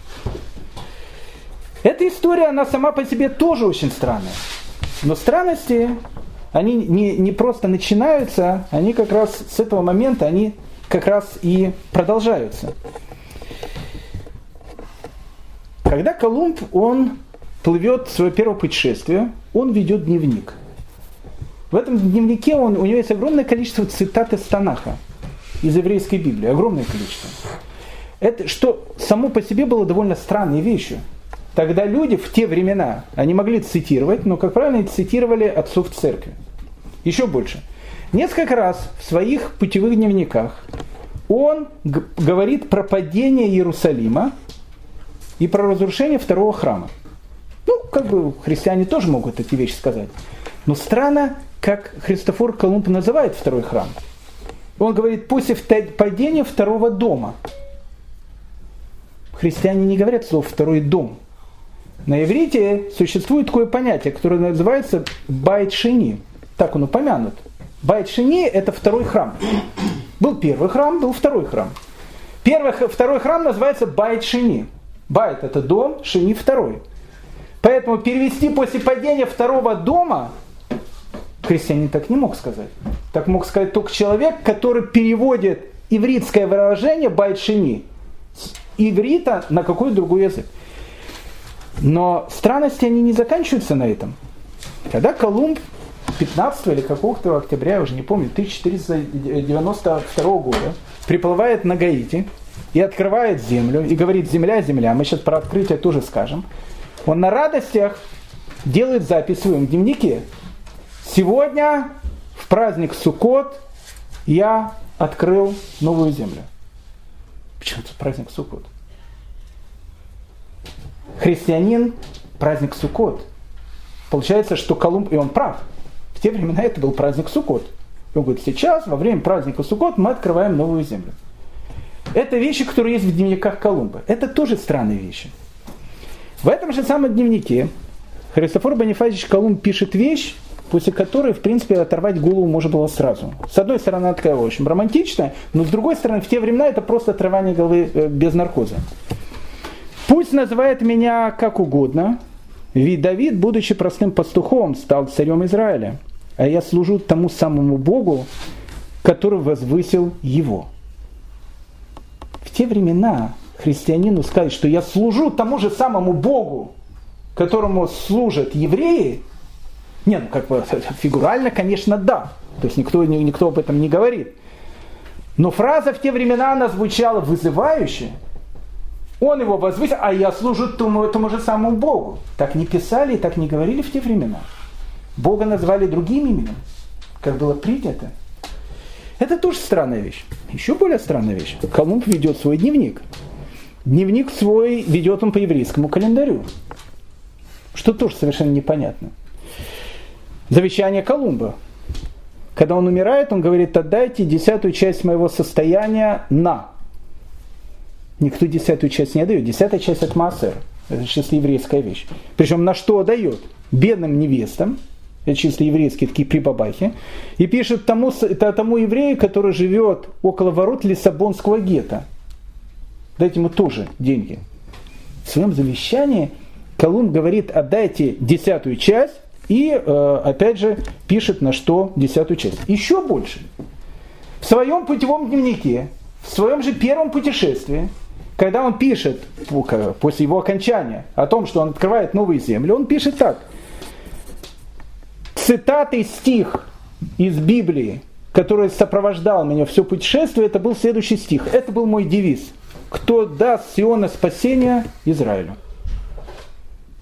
Эта история, она сама по себе тоже очень странная. Но странности, они не просто начинаются, они как раз с этого момента, они как раз и продолжаются. Когда Колумб, он плывет в свое первое путешествие, он ведет дневник. В этом дневнике у него есть огромное количество цитат из Танаха, из еврейской Библии, огромное количество. Это, что само по себе было довольно странной вещью. Тогда люди в те времена, они могли цитировать, но, как правило, они цитировали отцов церкви. Еще больше. Несколько раз в своих путевых дневниках он говорит про падение Иерусалима и про разрушение второго храма. Христиане тоже могут эти вещи сказать. Но странно, как Христофор Колумб называет второй храм. Он говорит, после падения второго дома. Христиане не говорят слово «второй дом». На иврите существует такое понятие, которое называется «байт шени». Так он упомянут. Байт шени – это второй храм. Был первый храм, был второй храм. Второй храм называется байт шени. Байт – это дом, шени – второй. Поэтому перевести после падения второго дома христианин так не мог сказать. Так мог сказать только человек, который переводит ивритское выражение байт шени с иврита на какой-то другой язык. Но странности они не заканчиваются на этом. Когда Колумб 15 или какого-то октября, я уже не помню, 1492 года приплывает на Гаити и открывает землю и говорит «земля, земля», мы сейчас про открытие тоже скажем, он на радостях делает запись в своем дневнике. Сегодня, в праздник Суккот, я открыл новую землю. Почему это праздник Суккот? Христианин, праздник Суккот. Получается, что Колумб, и он прав, в те времена это был праздник Суккот. Он говорит, сейчас, во время праздника Суккот, мы открываем новую землю. Это вещи, которые есть в дневниках Колумба. Это тоже странные вещи. В этом же самом дневнике Христофор Бонифатич Колумб пишет вещь, после которой, в принципе, оторвать голову можно было сразу. С одной стороны, она такая очень романтичная, но с другой стороны, в те времена это просто отрывание головы без наркоза. «Пусть называет меня как угодно, ведь Давид, будучи простым пастухом, стал царем Израиля, а я служу тому самому Богу, который возвысил его». В те времена христианину сказать, что я служу тому же самому Богу, которому служат евреи, фигурально, конечно, да. То есть никто об этом не говорит. Но фраза в те времена, она звучала вызывающе. Он его возвысил, а я служу тому же самому Богу. Так не писали и так не говорили в те времена. Бога назвали другим именем, как было принято. Это тоже странная вещь. Еще более странная вещь. Колумб ведет свой дневник. Дневник свой ведет он по еврейскому календарю. Что тоже совершенно непонятно. Завещание Колумба. Когда он умирает, он говорит, отдайте 10-ю часть моего состояния на. Никто 10-ю часть не отдает. 10-я часть от Маасер. Это чисто еврейская вещь. Причем на что отдает? Бедным невестам. Это чисто еврейские такие прибабахи. И пишет тому еврею, который живет около ворот Лиссабонского гетто. Дайте ему тоже деньги. В своем завещании Колумб говорит, отдайте 10-ю часть. И, опять же, пишет на что 10-ю часть. Еще больше. В своем путевом дневнике, в своем же первом путешествии, когда он пишет, после его окончания, о том, что он открывает новые земли, он пишет так. Цитатый стих из Библии, который сопровождал меня все путешествие, это был следующий стих. Это был мой девиз. Кто даст Сиона спасения Израилю.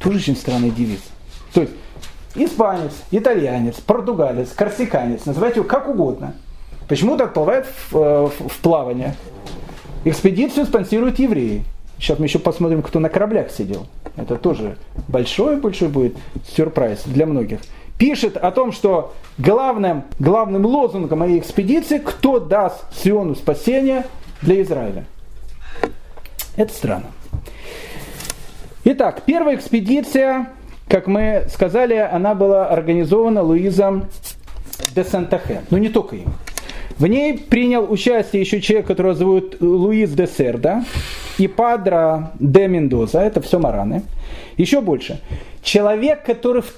Тоже очень странный девиз. То есть испанец, итальянец, португалец, корсиканец, называйте его как угодно, почему-то отплывает в плавание. Экспедицию спонсируют евреи. Сейчас мы еще посмотрим, кто на кораблях сидел. Это тоже большой будет сюрприз для многих. Пишет о том, что главным лозунгом моей экспедиции, кто даст Сиону спасение для Израиля. Это странно. Итак, первая экспедиция, как мы сказали, она была организована Луизом де Сантахе. Но не только им. В ней принял участие еще человек, которого зовут Луис де Серда, и Падро де Мендоза, это все мараны. Еще больше. Человек, который в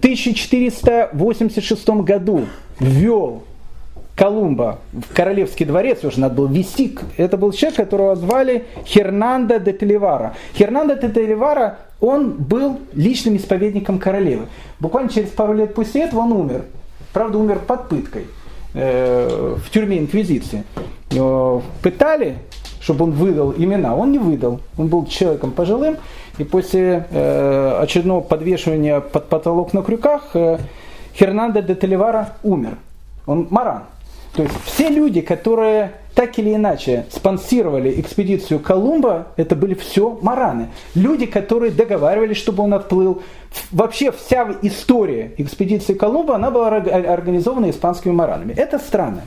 1486 году ввел Колумба в королевский дворец, уже надо было вести, это был человек, которого звали Хернандо де Телевара. Хернандо де Телевара, он был личным исповедником королевы. Буквально через пару лет после этого он умер. Правда, умер под пыткой в тюрьме Инквизиции. Его пытали, чтобы он выдал имена. Он не выдал. Он был человеком пожилым. И после очередного подвешивания под потолок на крюках Хернандо де Телевара умер. Он маран. То есть все люди, которые так или иначе спонсировали экспедицию Колумба, это были все мараны. Люди, которые договаривались, чтобы он отплыл. Вообще вся история экспедиции Колумба, она была организована испанскими маранами. Это странно.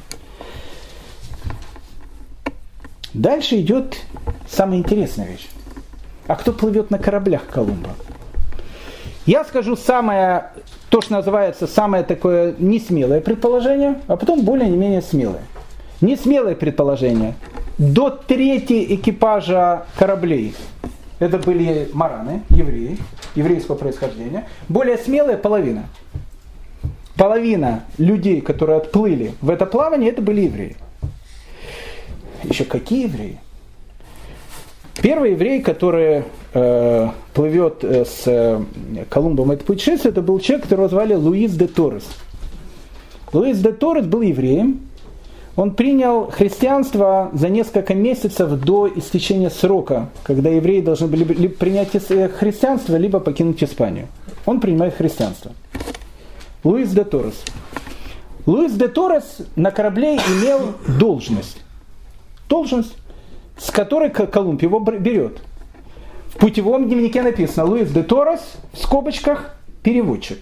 Дальше идет самая интересная вещь. А кто плывет на кораблях Колумба? Я скажу то, что называется самое такое несмелое предположение, а потом более-менее смелое. Несмелое предположение. До трети экипажа кораблей это были мараны, евреи, еврейского происхождения. Более смелая половина. Половина людей, которые отплыли в это плавание, это были евреи. Еще какие евреи? Первый еврей, который плывет с Колумбом это путешествие, это был человек, которого звали Луис де Торрес. Луис де Торрес был евреем. Он принял христианство за несколько месяцев до истечения срока, когда евреи должны были либо принять христианство, либо покинуть Испанию. Он принимает христианство. Луис де Торрес. Луис де Торрес на корабле имел должность. Должность, с которой Колумб его берет. В путевом дневнике написано Луис де Торрес, в скобочках, переводчик.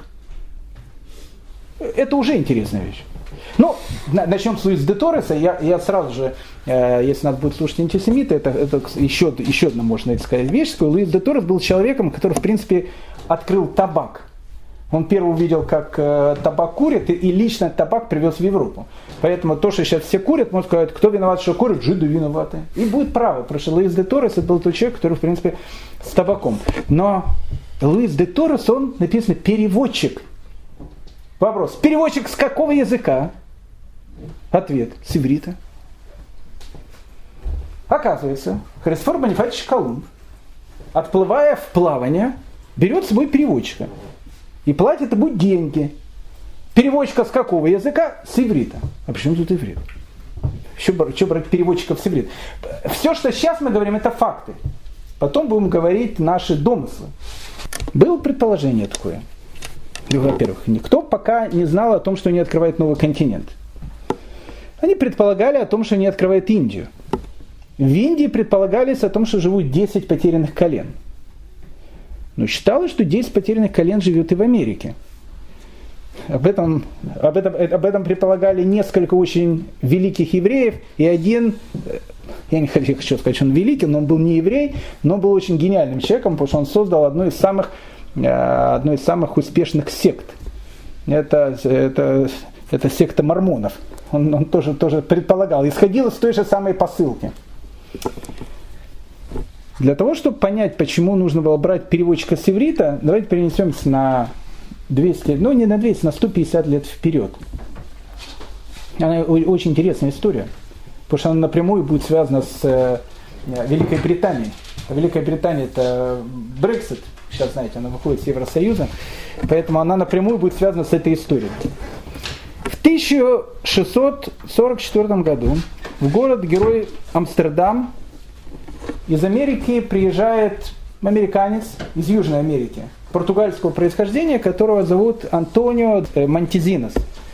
Это уже интересная вещь. Ну, начнем с Луис де Торреса. Я сразу же, если нас будут слушать антисемиты, это еще одна, можно сказать, вещь. Луис де Торрес был человеком, который, в принципе, открыл табак. Он первый увидел, как табак курят, и лично табак привез в Европу. Поэтому то, что сейчас все курят, можно сказать, кто виноват, что курят, жиды виноваты. И будет право, потому что Луис де Торрес это был тот человек, который, в принципе, с табаком. Но Луис де Торрес, он, написано, переводчик. Вопрос, переводчик с какого языка? Ответ, с иврита. Оказывается, Христофор Бонифатич Колумб, отплывая в плавание, берет с собой переводчика. И платит ему деньги. Переводчика с какого языка? С иврита. А почему тут иврит? Что брать переводчиков с иврита? Все, что сейчас мы говорим, это факты. Потом будем говорить наши домыслы. Было предположение такое. Во-первых, никто пока не знал о том, что они открывают новый континент. Они предполагали о том, что они открывают Индию. В Индии предполагались о том, что живут 10 потерянных колен. Но считалось, что 10 потерянных колен живет и в Америке. Об этом предполагали несколько очень великих евреев. И один, я не хочу сказать, что он великий, но он был не еврей, но он был очень гениальным человеком, потому что он создал одну из самых успешных сект. Это секта мормонов. Он тоже предполагал. Исходил из той же самой посылки. Для того, чтобы понять, почему нужно было брать переводчика с иврита, давайте перенесемся на 200, ну не на 200, на 150 лет вперед. Она очень интересная история, потому что она напрямую будет связана с Великой Британией. Великая Британия это Брексит, сейчас знаете, она выходит из Евросоюза, поэтому она напрямую будет связана с этой историей. В 1644 году в город-герой Амстердам из Америки приезжает американец из Южной Америки, португальского происхождения, которого зовут Антонио Монтезинос.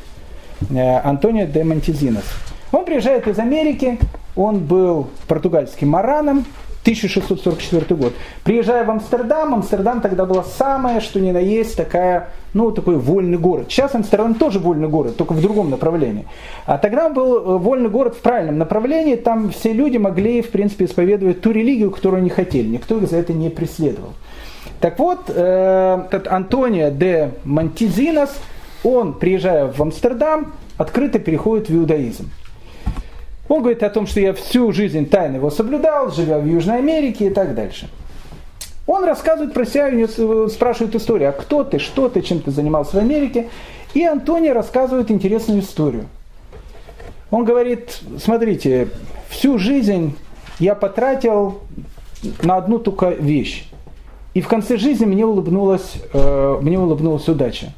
Антонио де Монтезинос. Он приезжает из Америки, он был португальским мараном, 1644 год. Приезжая в Амстердам, Амстердам тогда была самая, что ни на есть, такой вольный город. Сейчас Амстердам тоже вольный город, только в другом направлении. А тогда был вольный город в правильном направлении, там все люди могли, в принципе, исповедовать ту религию, которую они хотели, никто их за это не преследовал. Так вот, этот Антонио де Монтезинос, он, приезжая в Амстердам, открыто переходит в иудаизм. Он говорит о том, что я всю жизнь тайно его соблюдал, живя в Южной Америке и так дальше. Он рассказывает про себя, спрашивает историю, а кто ты, что ты, чем ты занимался в Америке. И Антонио рассказывает интересную историю. Он говорит, смотрите, всю жизнь я потратил на одну только вещь. И в конце жизни мне улыбнулась удача.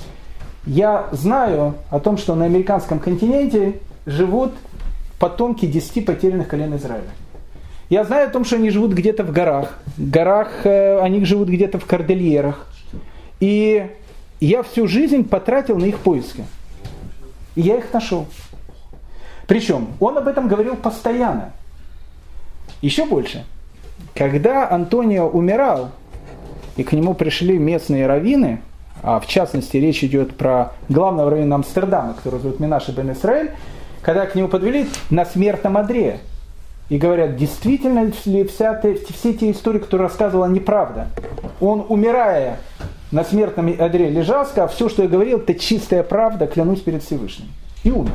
Я знаю о том, что на американском континенте живут потомки 10 потерянных колен Израиля. Я знаю о том, что они живут где-то в горах. В горах они живут где-то в кордильерах. И я всю жизнь потратил на их поиски. И я их нашел. Причем он об этом говорил постоянно. Еще больше. Когда Антонио умирал, и к нему пришли местные раввины, а в частности речь идет про главного раввина Амстердама, который зовут Менаше бен Исраэль, когда к нему подвели на смертном одре. И говорят, действительно ли все те истории, которые рассказывал, неправда. Он, умирая на смертном одре, лежал, сказал, все, что я говорил, это чистая правда, клянусь перед Всевышним. И умер.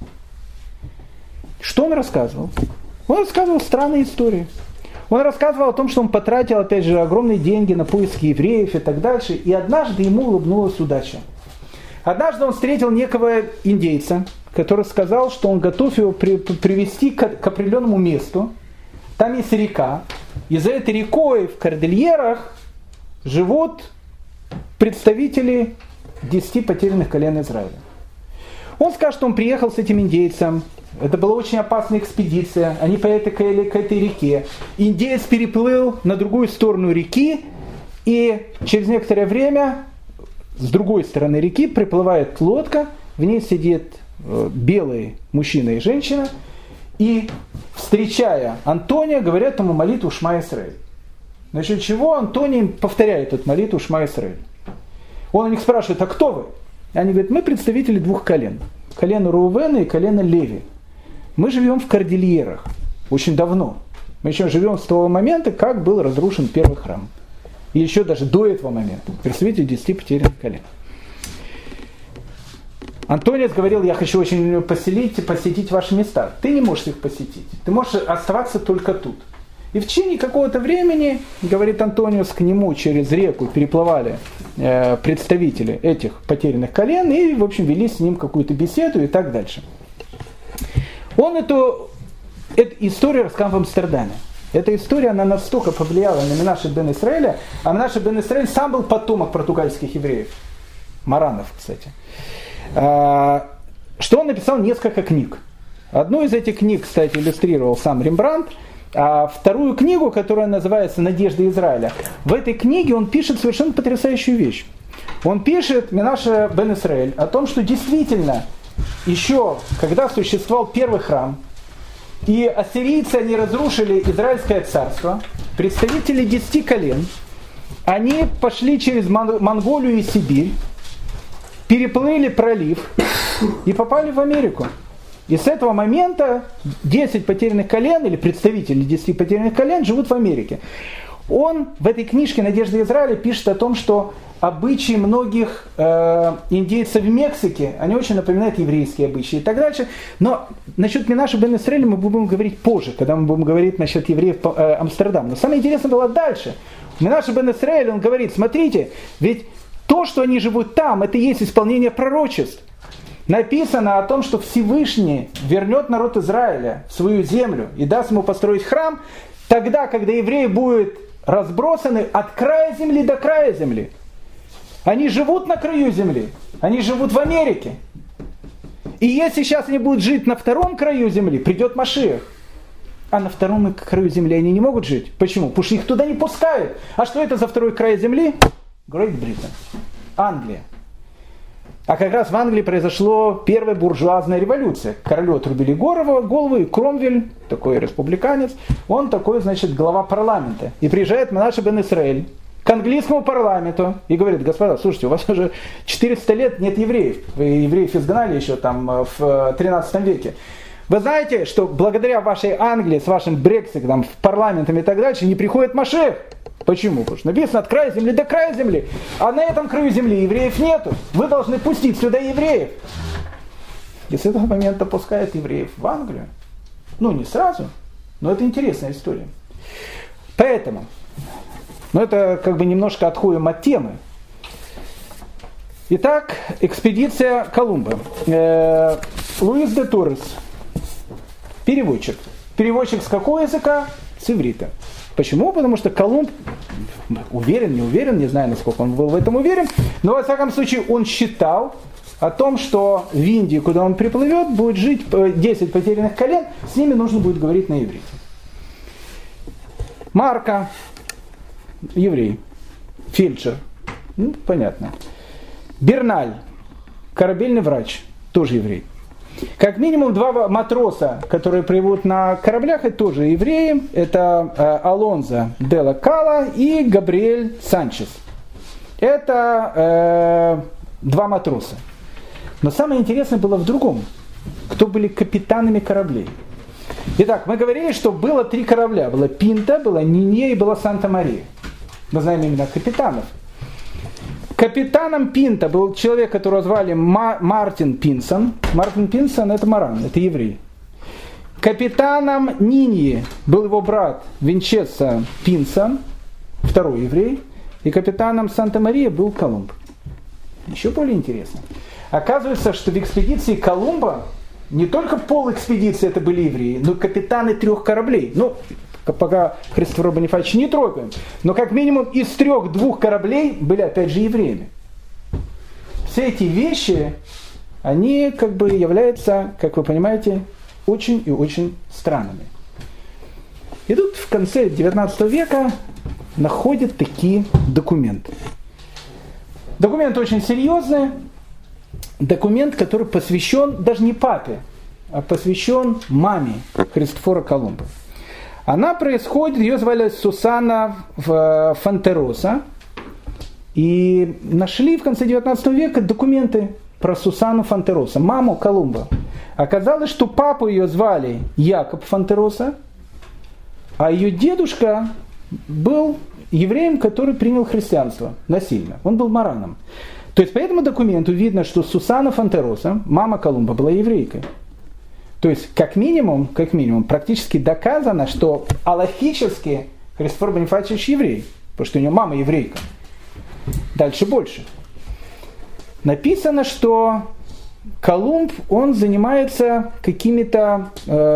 Что он рассказывал? Он рассказывал странные истории. Он рассказывал о том, что он потратил, опять же, огромные деньги на поиски евреев и так дальше. И однажды ему улыбнулась удача. Однажды он встретил некого индейца, который сказал, что он готов его привести к определенному месту. Там есть река. И за этой рекой в кордильерах живут представители 10 потерянных колен Израиля. Он скажет, что он приехал с этим индейцем. Это была очень опасная экспедиция. Они поехали к этой реке. Индеец переплыл на другую сторону реки. И через некоторое время с другой стороны реки приплывает лодка. В ней сидит белый мужчина и женщина. И, встречая Антония, говорят ему молитву Шма Исраэль. Насчет чего Антоний повторяет эту молитву Шма Исраэль. Он у них спрашивает, а кто вы? И они говорят, мы представители 2 колен. Колено Реувена и колено Леви. Мы живем в кордильерах очень давно. Мы еще живем с того момента, как был разрушен первый храм. И еще даже до этого момента. Представители 10 потерянных колен. Антониец говорил, я хочу очень посетить ваши места. Ты не можешь их посетить. Ты можешь оставаться только тут. И в течение какого-то времени, говорит Антониус, к нему через реку переплывали представители этих потерянных колен и, в общем, вели с ним какую-то беседу и так дальше. Он эту историю рассказал в Амстердаме. Эта история, она настолько повлияла на Менаше бен Исраэля, а Менаше бен Исраэль сам был потомок португальских евреев. Маранов, кстати. Что он написал несколько книг. Одну из этих книг, кстати, иллюстрировал сам Рембрандт, а вторую книгу, которая называется «Надежда Израиля», в этой книге он пишет совершенно потрясающую вещь. Он пишет, Менаше бен Исраэль, о том, что действительно еще, когда существовал первый храм, и ассирийцы, они разрушили Израильское царство, представители 10 колен, они пошли через Монголию и Сибирь, переплыли пролив и попали в Америку. И с этого момента 10 потерянных колен, или представители 10 потерянных колен, живут в Америке. Он в этой книжке «Надежда Израиля» пишет о том, что обычаи многих индейцев в Мексике, они очень напоминают еврейские обычаи и так дальше. Но насчет Менаше бен Исраэля мы будем говорить позже, когда мы будем говорить насчет евреев Амстердама. Но самое интересное было дальше. Менаше бен Исраэль, он говорит, смотрите, ведь то, что они живут там, это и есть исполнение пророчеств. Написано о том, что Всевышний вернет народ Израиля в свою землю и даст ему построить храм, тогда, когда евреи будут разбросаны от края земли до края земли. Они живут на краю земли, они живут в Америке. И если сейчас они будут жить на втором краю земли, придет Машиах. а на втором краю земли они не могут жить. Почему? Потому что их туда не пускают. А что это за второй край земли? Great Britain. Англия. А как раз в Англии произошла первая буржуазная революция. Королю отрубили голову, и Кромвель, такой республиканец, он такой, значит, глава парламента. И приезжает Менаше бен Исраэль к английскому парламенту и говорит: господа, слушайте, у вас уже 400 лет нет евреев. Вы евреев изгнали еще там в 13 веке. Вы знаете, что благодаря вашей Англии, с вашим Брекситом, парламентом и так дальше, не приходит Машех. Почему? Потому что написано от края земли до края земли. А на этом краю земли евреев нету. Вы должны пустить сюда евреев. И с этого момента пускают евреев в Англию. Ну, не сразу, но это интересная история. Поэтому, это как бы немножко отходим от темы. Итак, экспедиция Колумба. Луис де Торрес, переводчик. Переводчик с какого языка? С иврита. Почему? Потому что Колумб, уверен, не уверен, не знаю, насколько он был в этом уверен, но, во всяком случае, он считал о том, что в Индии, куда он приплывет, будет жить 10 потерянных колен, с ними нужно будет говорить на иврите. Марко, еврей, фельдшер, понятно. Берналь, корабельный врач, тоже еврей. Как минимум 2 матроса, которые плывут на кораблях, это тоже евреи. Это Алонзо де ла Кала и Габриэль Санчес. Это 2 матроса. Но самое интересное было в другом. Кто были капитанами кораблей. Итак, мы говорили, что было 3 корабля. Была Пинта, была Нинье и была Санта-Мария. Мы знаем имена капитанов. Капитаном Пинта был человек, которого звали Мартин Пинсон. Мартин Пинсон — это Маран, это еврей. Капитаном Ниньи был его брат Винченцо Пинсон, второй еврей. И капитаном Санта-Мария был Колумб. Еще более интересно. Оказывается, что в экспедиции Колумба не только полэкспедиции это были евреи, но и капитаны 3 кораблей. Пока Христофора Бонифача не трогаем. Но как минимум из 3 2 кораблей были опять же евреями. Все эти вещи, они как бы являются, как вы понимаете, очень и очень странными. И тут в конце 19 века находят такие документы. Документ очень серьезный. Документ, который посвящен даже не папе, а посвящен маме Христофора Колумба. Она происходит, ее звали Сусанна Фонтероса. И нашли в конце 19 века документы про Сусанну Фонтероса, маму Колумба. Оказалось, что папу ее звали Якоб Фонтероса, а ее дедушка был евреем, который принял христианство насильно. Он был мараном. То есть по этому документу видно, что Сусанна Фонтероса, мама Колумба, была еврейкой. То есть, как минимум, практически доказано, что алахически Христофор Бонифачич еврей, потому что у него мама еврейка. Дальше больше. Написано, что Колумб, он занимается какими-то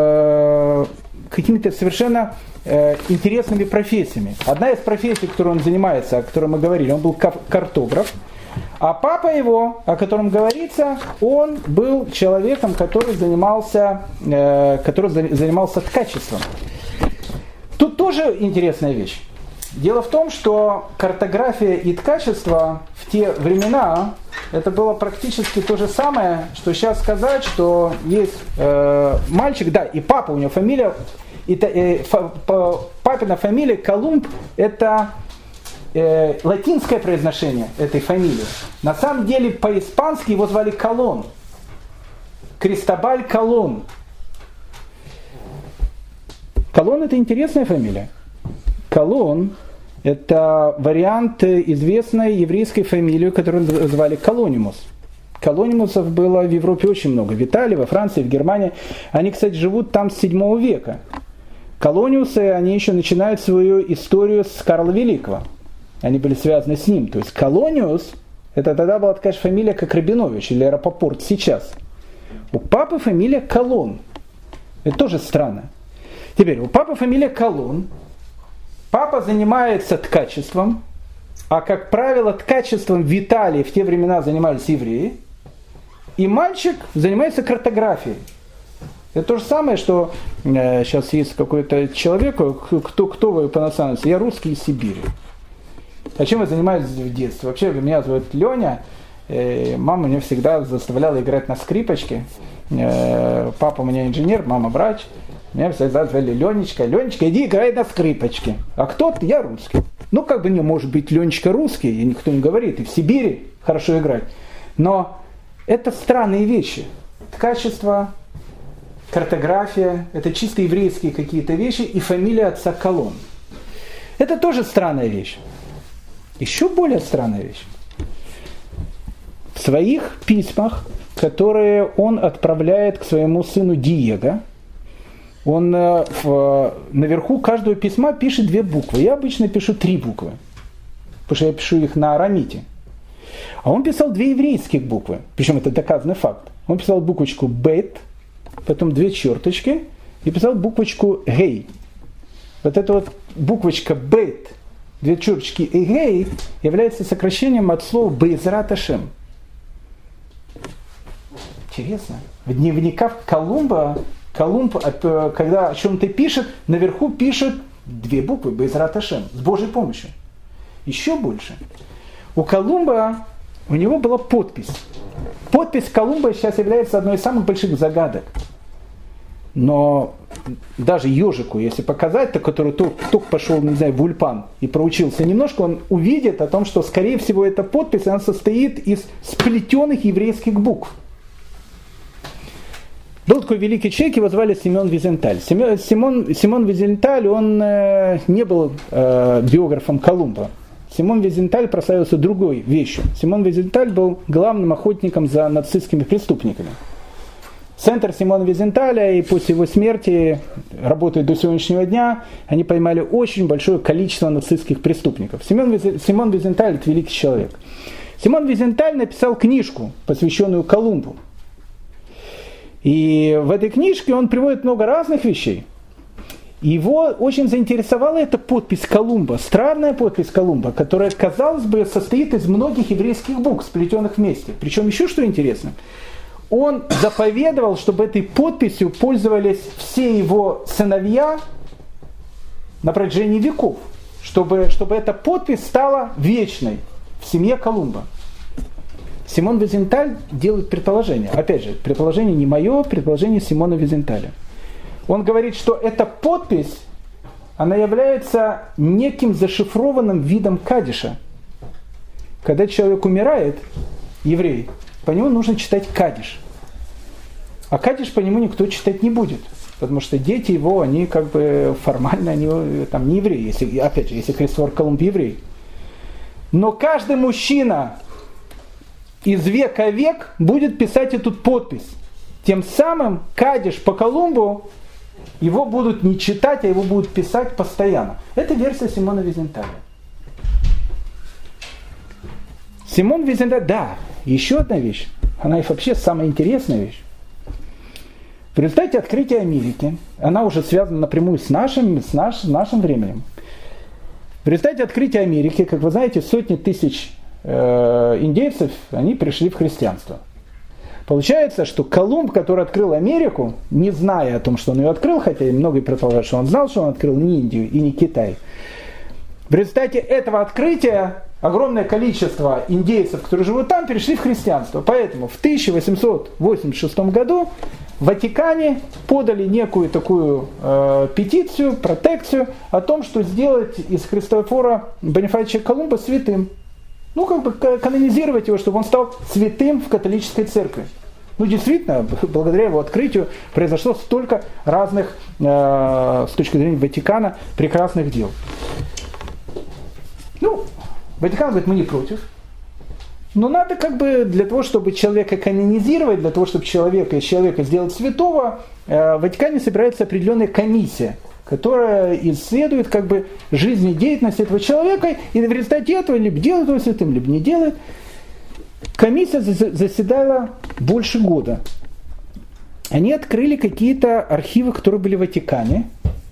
совершенно интересными профессиями. Одна из профессий, которой он занимается, о которой мы говорили, он был картограф. А папа его, о котором говорится, он был человеком, который занимался ткачеством. Тут тоже интересная вещь. Дело в том, что картография и ткачество в те времена, это было практически то же самое, что сейчас сказать, что есть мальчик, да, и папа, у него фамилия, папина фамилия Колумб, это латинское произношение этой фамилии. На самом деле по-испански его звали Колон. Кристобаль Колон. Колон — это интересная фамилия. Колон — это вариант известной еврейской фамилии, которую звали Колонимус. Колонимусов было в Европе очень много. В Италии, во Франции, в Германии. Они, кстати, живут там с 7 века. Колониусы, они еще начинают свою историю с Карла Великого. Они были связаны с ним. То есть Колониус, это тогда была такая же фамилия, как Рабинович или Рапопорт сейчас. У папы фамилия Колон. Это тоже странно. Теперь, у папы фамилия Колон. Папа занимается ткачеством. А, как правило, ткачеством в Италии в те времена занимались евреи. И мальчик занимается картографией. Это то же самое, что сейчас есть какой-то человек, кто вы по национальности? Я русский из Сибири. А чем я занимаюсь в детстве? Вообще, меня зовут Леня. Мама меня всегда заставляла играть на скрипочке. Папа у меня инженер, мама врач. Меня всегда звали Ленечка. Ленечка, иди играй на скрипочке. А кто ты? Я русский. Ну, как бы не может быть Ленечка русский, и никто не говорит. И в Сибири хорошо играть. Но это странные вещи. Ткачество, картография, это чисто еврейские какие-то вещи, и фамилия отца Колон. Это тоже странная вещь. Еще более странная вещь. В своих письмах, которые он отправляет к своему сыну Диего, он наверху каждого письма пишет 2 буквы. Я обычно пишу 3 буквы, потому что я пишу их на арамите. А он писал 2 еврейских буквы, причем это доказанный факт. Он писал буквочку «бет», потом 2 черточки, и писал буквочку «гей». Вот эта вот буквочка «бет», 2 черточки и «гей» является сокращением от слова «бейзрат Ашем». Интересно. В дневниках Колумб, когда о чем-то пишет, наверху пишет 2 буквы «бейзрат Ашем» с Божьей помощью. Еще больше. У Колумба, у него была подпись. Подпись Колумба сейчас является одной из самых больших загадок. Но даже ежику, если показать, то который только пошел, не знаю, в Ульпан и проучился немножко, он увидит о том, что, скорее всего, эта подпись, она состоит из сплетенных еврейских букв. Был такой великий человек, его звали Симон Визенталь. Симон Визенталь, он не был биографом Колумба. Симон Визенталь прославился другой вещью. Симон Визенталь был главным охотником за нацистскими преступниками. Центр Симона Визенталя, и после его смерти, работает до сегодняшнего дня, они поймали очень большое количество нацистских преступников. Симон Визенталь – это великий человек. Симон Визенталь написал книжку, посвященную Колумбу. И в этой книжке он приводит много разных вещей. Его очень заинтересовала эта подпись Колумба, странная подпись Колумба, которая, казалось бы, состоит из многих еврейских букв, сплетенных вместе. Причем еще что интересно, он заповедовал, чтобы этой подписью пользовались все его сыновья на протяжении веков, чтобы эта подпись стала вечной в семье Колумба. Симон Визенталь делает предположение. Опять же, предположение не мое, предположение Симона Визенталя. Он говорит, что эта подпись, она является неким зашифрованным видом кадиша. Когда человек умирает, еврей, по нему нужно читать кадиш. А кадиш по нему никто читать не будет. Потому что дети его, они как бы формально они, там, не евреи. Если, опять же, если Христофор Колумб еврей. Но каждый мужчина из века в век будет писать эту подпись. Тем самым кадиш по Колумбу его будут не читать, а его будут писать постоянно. Это версия Симона Визенталя. Симон Визенталь, да, еще одна вещь. Она и вообще самая интересная вещь. В результате открытия Америки, она уже связана напрямую с нашим временем. В результате открытия Америки, как вы знаете, сотни тысяч индейцев, они пришли в христианство. Получается, что Колумб, который открыл Америку, не зная о том, что он ее открыл, хотя и многие предполагают, что он знал, что он открыл не Индию и не Китай. В результате этого открытия огромное количество индейцев, которые живут там, перешли в христианство. Поэтому в 1886 году в Ватикане подали некую такую петицию, протекцию о том, что сделать из Христофора Бонифация Колумба святым. Ну, как бы канонизировать его, чтобы он стал святым в католической церкви. Ну, действительно, благодаря его открытию произошло столько разных, с точки зрения Ватикана, прекрасных дел. Ну, Ватикан говорит, мы не против. Но надо как бы для того, чтобы человека канонизировать, для того, чтобы из человека сделать святого, в Ватикане собирается определенная комиссия, которая исследует как бы жизнедеятельность этого человека, и в результате этого либо делает его святым, либо не делает. Комиссия заседала больше года. Они открыли какие-то архивы, которые были в Ватикане,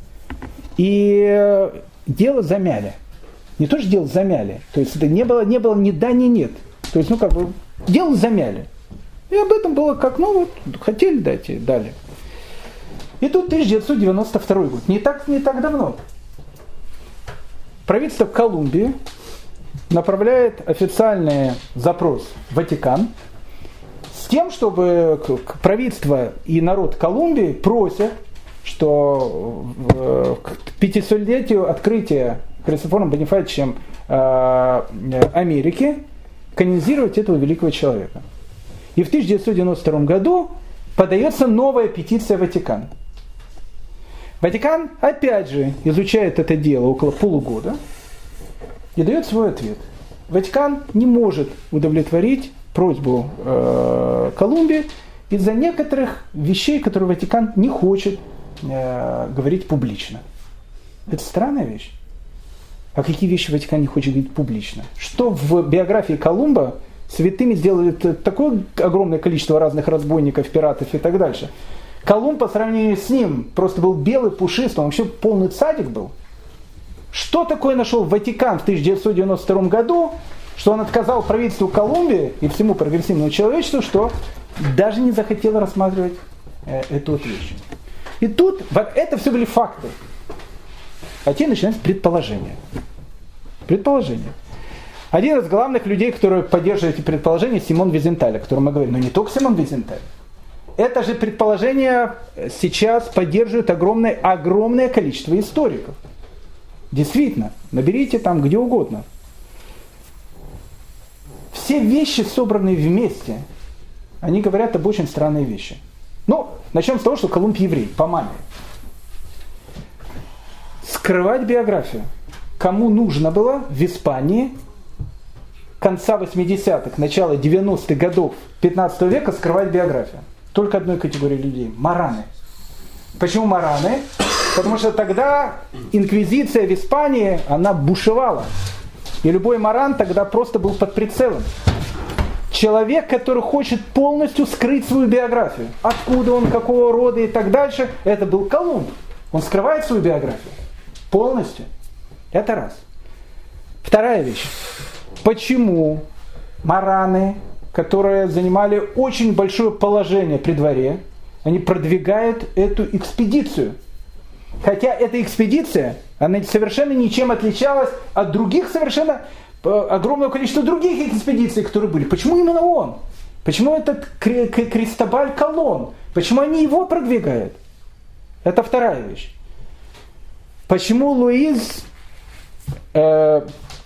и дело замяли. Не то, что дело замяли, то есть это не было ни да, ни нет. То есть, ну как бы, дело замяли. И об этом было как, ну вот, хотели дать и дали. И тут 1992 год, не так давно. Правительство Колумбии направляет официальный запрос в Ватикан с тем, чтобы правительство и народ Колумбии просят, что к 500-летию открытия Христофором Бонифатичем Америки канонизировать этого великого человека. И в 1992 году подается новая петиция Ватикана. Ватикан опять же изучает это дело около полугода и дает свой ответ. Ватикан не может удовлетворить просьбу Колумбии из-за некоторых вещей, которые Ватикан не хочет говорить публично. Это странная вещь. А какие вещи Ватикан не хочет говорить публично? Что в биографии Колумба святыми сделали такое огромное количество разных разбойников, пиратов и так дальше. Колумб по сравнению с ним просто был белый, пушистый, он вообще полный цадик был. Что такое нашел Ватикан в 1992 году, что он отказал правительству Колумбии и всему прогрессивному человечеству, что даже не захотел рассматривать эту вот вещь. И тут это все были факты. А те начинаются предположения. Предположения. Один из главных людей, который поддерживает эти предположения, Симон Визенталь, о котором мы говорим. Но не только Симон Визенталь. Это же предположение сейчас поддерживает огромное количество историков. Действительно, наберите там где угодно. Все вещи, собранные вместе, они говорят об очень странной вещи. Ну, начнем с того, что Колумб еврей, по маме. Скрывать биографию. Кому нужно было в Испании конца 80-х, начала 90-х годов 15 века скрывать биографию? Только одной категории людей – мараны. Почему мараны? Потому что тогда инквизиция в Испании, она бушевала. И любой маран тогда просто был под прицелом. Человек, который хочет полностью скрыть свою биографию. Откуда он, какого рода и так дальше. Это был Колумб. Он скрывает свою биографию. Полностью. Это раз. Вторая вещь. Почему мараны, которые занимали очень большое положение при дворе, они продвигают эту экспедицию? Хотя эта экспедиция, она совершенно ничем отличалась от других совершенно огромного количества других экспедиций, которые были. Почему именно он? Почему этот Кристобаль Колон? Почему они его продвигают? Это вторая вещь. Почему Луис де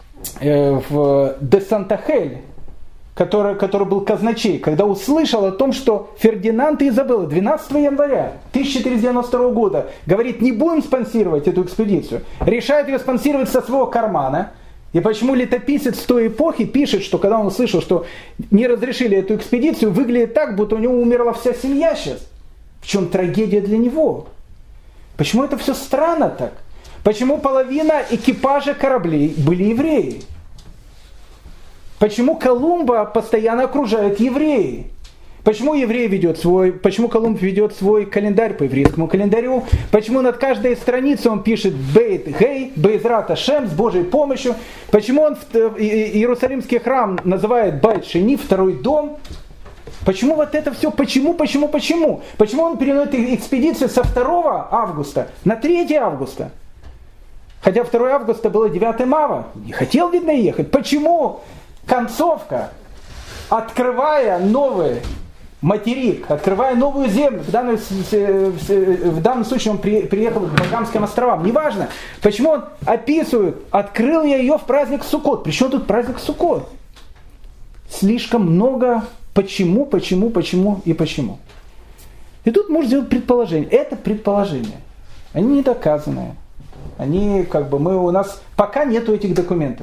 Сантахель, который был казначей, когда услышал о том, что Фердинанд и Изабелла 12 января 1492 года говорит, не будем спонсировать эту экспедицию, решает ее спонсировать со своего кармана. И почему летописец той эпохи пишет, что когда он услышал, что не разрешили эту экспедицию, выглядит так, будто у него умерла вся семья сейчас. В чем трагедия для него? Почему это все странно так? Почему половина экипажа кораблей были евреи? Почему Колумба постоянно окружают евреи? Почему Колумб ведет свой календарь по еврейскому календарю? Почему над каждой страницей он пишет Бейт Гей, Бейзрат Ашем, с Божьей помощью? Почему он Иерусалимский храм называет Байт Шени, второй дом? Почему вот это все? Почему? Почему он переносит экспедицию со 2 августа на 3 августа? Хотя 2 августа было 9 мая. Не хотел, видно, ехать. Почему? Концовка, открывая новый материк, открывая новую землю, в данном случае он приехал к Багамским островам, неважно, почему он описывает, открыл я ее в праздник Суккот. Причем тут праздник Суккот? Слишком много почему. И тут можно сделать предположение. Это предположение. Они не доказанные. У нас пока нету этих документов.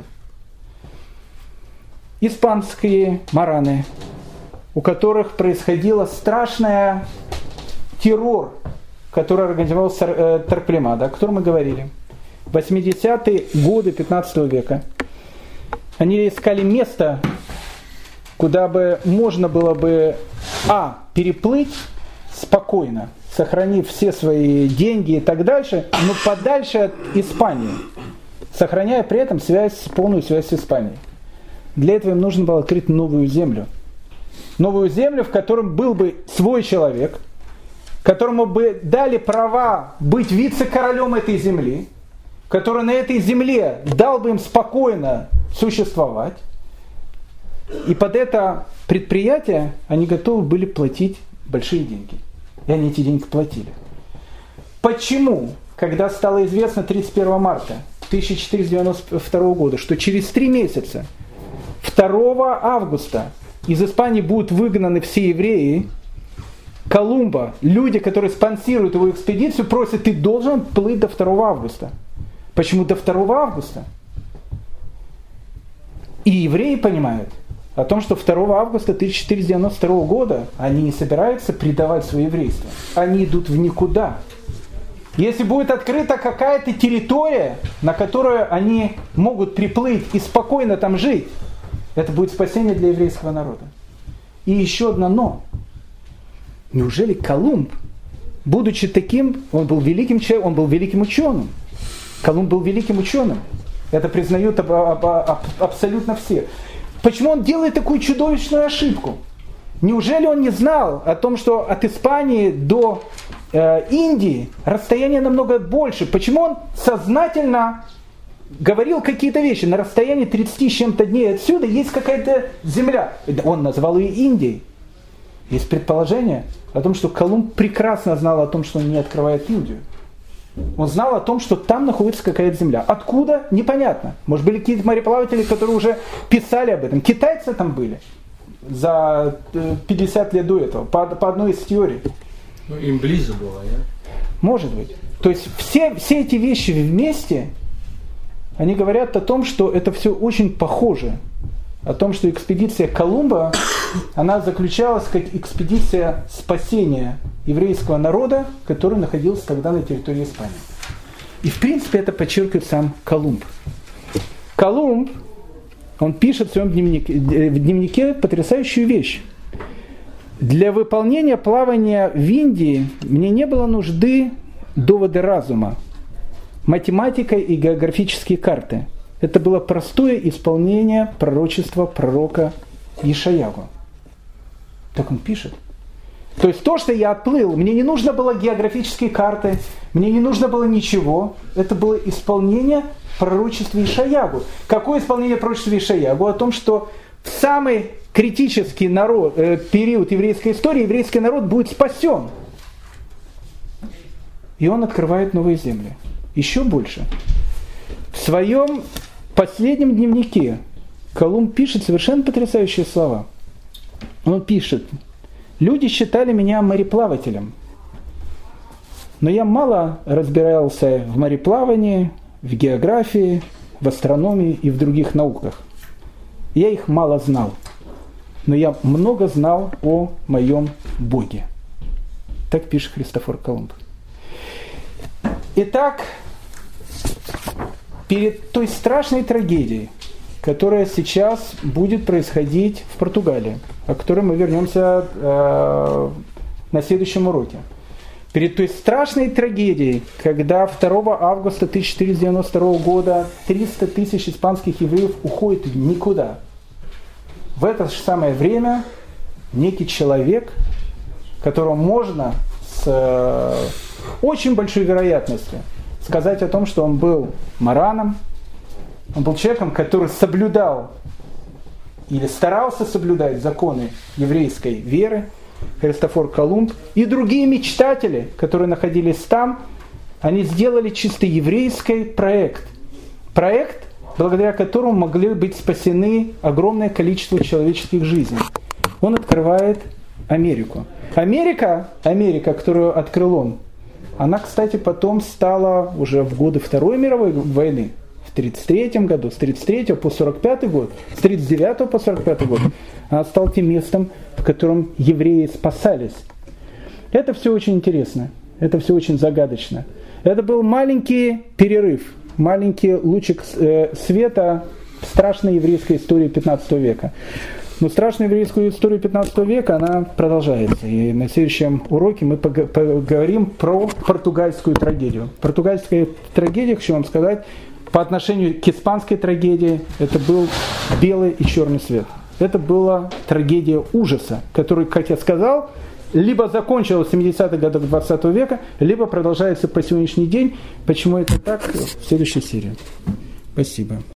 Испанские мараны, у которых происходил страшный террор, который организовал Торквемада, о котором мы говорили. 80-е годы 15 века. Они искали место, куда бы можно было бы переплыть спокойно, сохранив все свои деньги и так дальше, но подальше от Испании, сохраняя при этом полную связь с Испанией. Для этого им нужно было открыть новую землю. Новую землю, в котором был бы свой человек, которому бы дали права быть вице-королем этой земли, который на этой земле дал бы им спокойно существовать. И под это предприятие они готовы были платить большие деньги. И они эти деньги платили. Почему, когда стало известно 31 марта 1492 года, что через 3 месяца, 2 августа, из Испании будут выгнаны все евреи, Колумба, люди, которые спонсируют его экспедицию, просят: ты должен плыть до 2 августа. Почему до 2 августа? И евреи понимают о том, что 2 августа 1492 года они не собираются предавать свое еврейство. Они идут в никуда. Если будет открыта какая-то территория, на которую они могут приплыть и спокойно там жить, это будет спасение для еврейского народа. И еще одно «но». Неужели Колумб, будучи таким, он был великим человеком, он был великим ученым. Колумб был великим ученым. Это признают абсолютно все. Почему он делает такую чудовищную ошибку? Неужели он не знал о том, что от Испании до Индии расстояние намного больше? Почему он сознательно говорил какие-то вещи? На расстоянии 30 с чем-то дней отсюда есть какая-то земля. Он назвал ее Индией. Есть предположение о том, что Колумб прекрасно знал о том, что он не открывает Индию. Он знал о том, что там находится какая-то земля. Откуда? Непонятно. Может, были какие-то мореплаватели, которые уже писали об этом. Китайцы там были за 50 лет до этого, по одной из теорий. Ну, им близко было, да? Может быть. То есть все эти вещи вместе, они говорят о том, что это все очень похоже. О том, что экспедиция Колумба, она заключалась как экспедиция спасения еврейского народа, который находился тогда на территории Испании. И в принципе это подчеркивает сам Колумб. Колумб, он пишет в своем дневнике потрясающую вещь. Для выполнения плавания в Индии мне не было нужды доводы разума, математика и географические карты. Это было простое исполнение пророчества пророка Ишаяху. Так он пишет. То есть то, что я отплыл, мне не нужно было географические карты, мне не нужно было ничего. Это было исполнение пророчества Ишаяху. Какое исполнение пророчества Ишаяху? О том, что в самый критический период еврейской истории еврейский народ будет спасен. И он открывает новые земли. Еще больше. В своем последнем дневнике Колумб пишет совершенно потрясающие слова. Он пишет: «Люди считали меня мореплавателем, но я мало разбирался в мореплавании, в географии, в астрономии и в других науках. Я их мало знал, но я много знал о моем Боге». Так пишет Христофор Колумб. Итак, перед той страшной трагедией, которая сейчас будет происходить в Португалии, о которой мы вернемся на следующем уроке. Перед той страшной трагедией, когда 2 августа 1492 года 300 тысяч испанских евреев уходят в никуда. В это же самое время некий человек, которого можно с очень большой вероятностью сказать о том, что он был мараном, он был человеком, который соблюдал или старался соблюдать законы еврейской веры, Христофор Колумб, и другие мечтатели, которые находились там, они сделали чисто еврейский проект. Проект, благодаря которому могли быть спасены огромное количество человеческих жизней. Он открывает Америку. Америка, которую открыл он, она, кстати, потом стала уже в годы Второй мировой войны, в 1933 году, с 1933 по 1945 год, с 1939 по 1945 год, она стала тем местом, в котором евреи спасались. Это все очень интересно, это все очень загадочно. Это был маленький перерыв, маленький лучик света в страшной еврейской истории 15 века. Но страшную еврейскую историю 15 века, она продолжается. И на следующем уроке мы поговорим про португальскую трагедию. Португальская трагедия, хочу вам сказать, по отношению к испанской трагедии, это был белый и черный свет. Это была трагедия ужаса, который, как я сказал, либо закончилась в 70-х годах 20 века, либо продолжается по сегодняшний день. Почему это так? В следующей серии. Спасибо.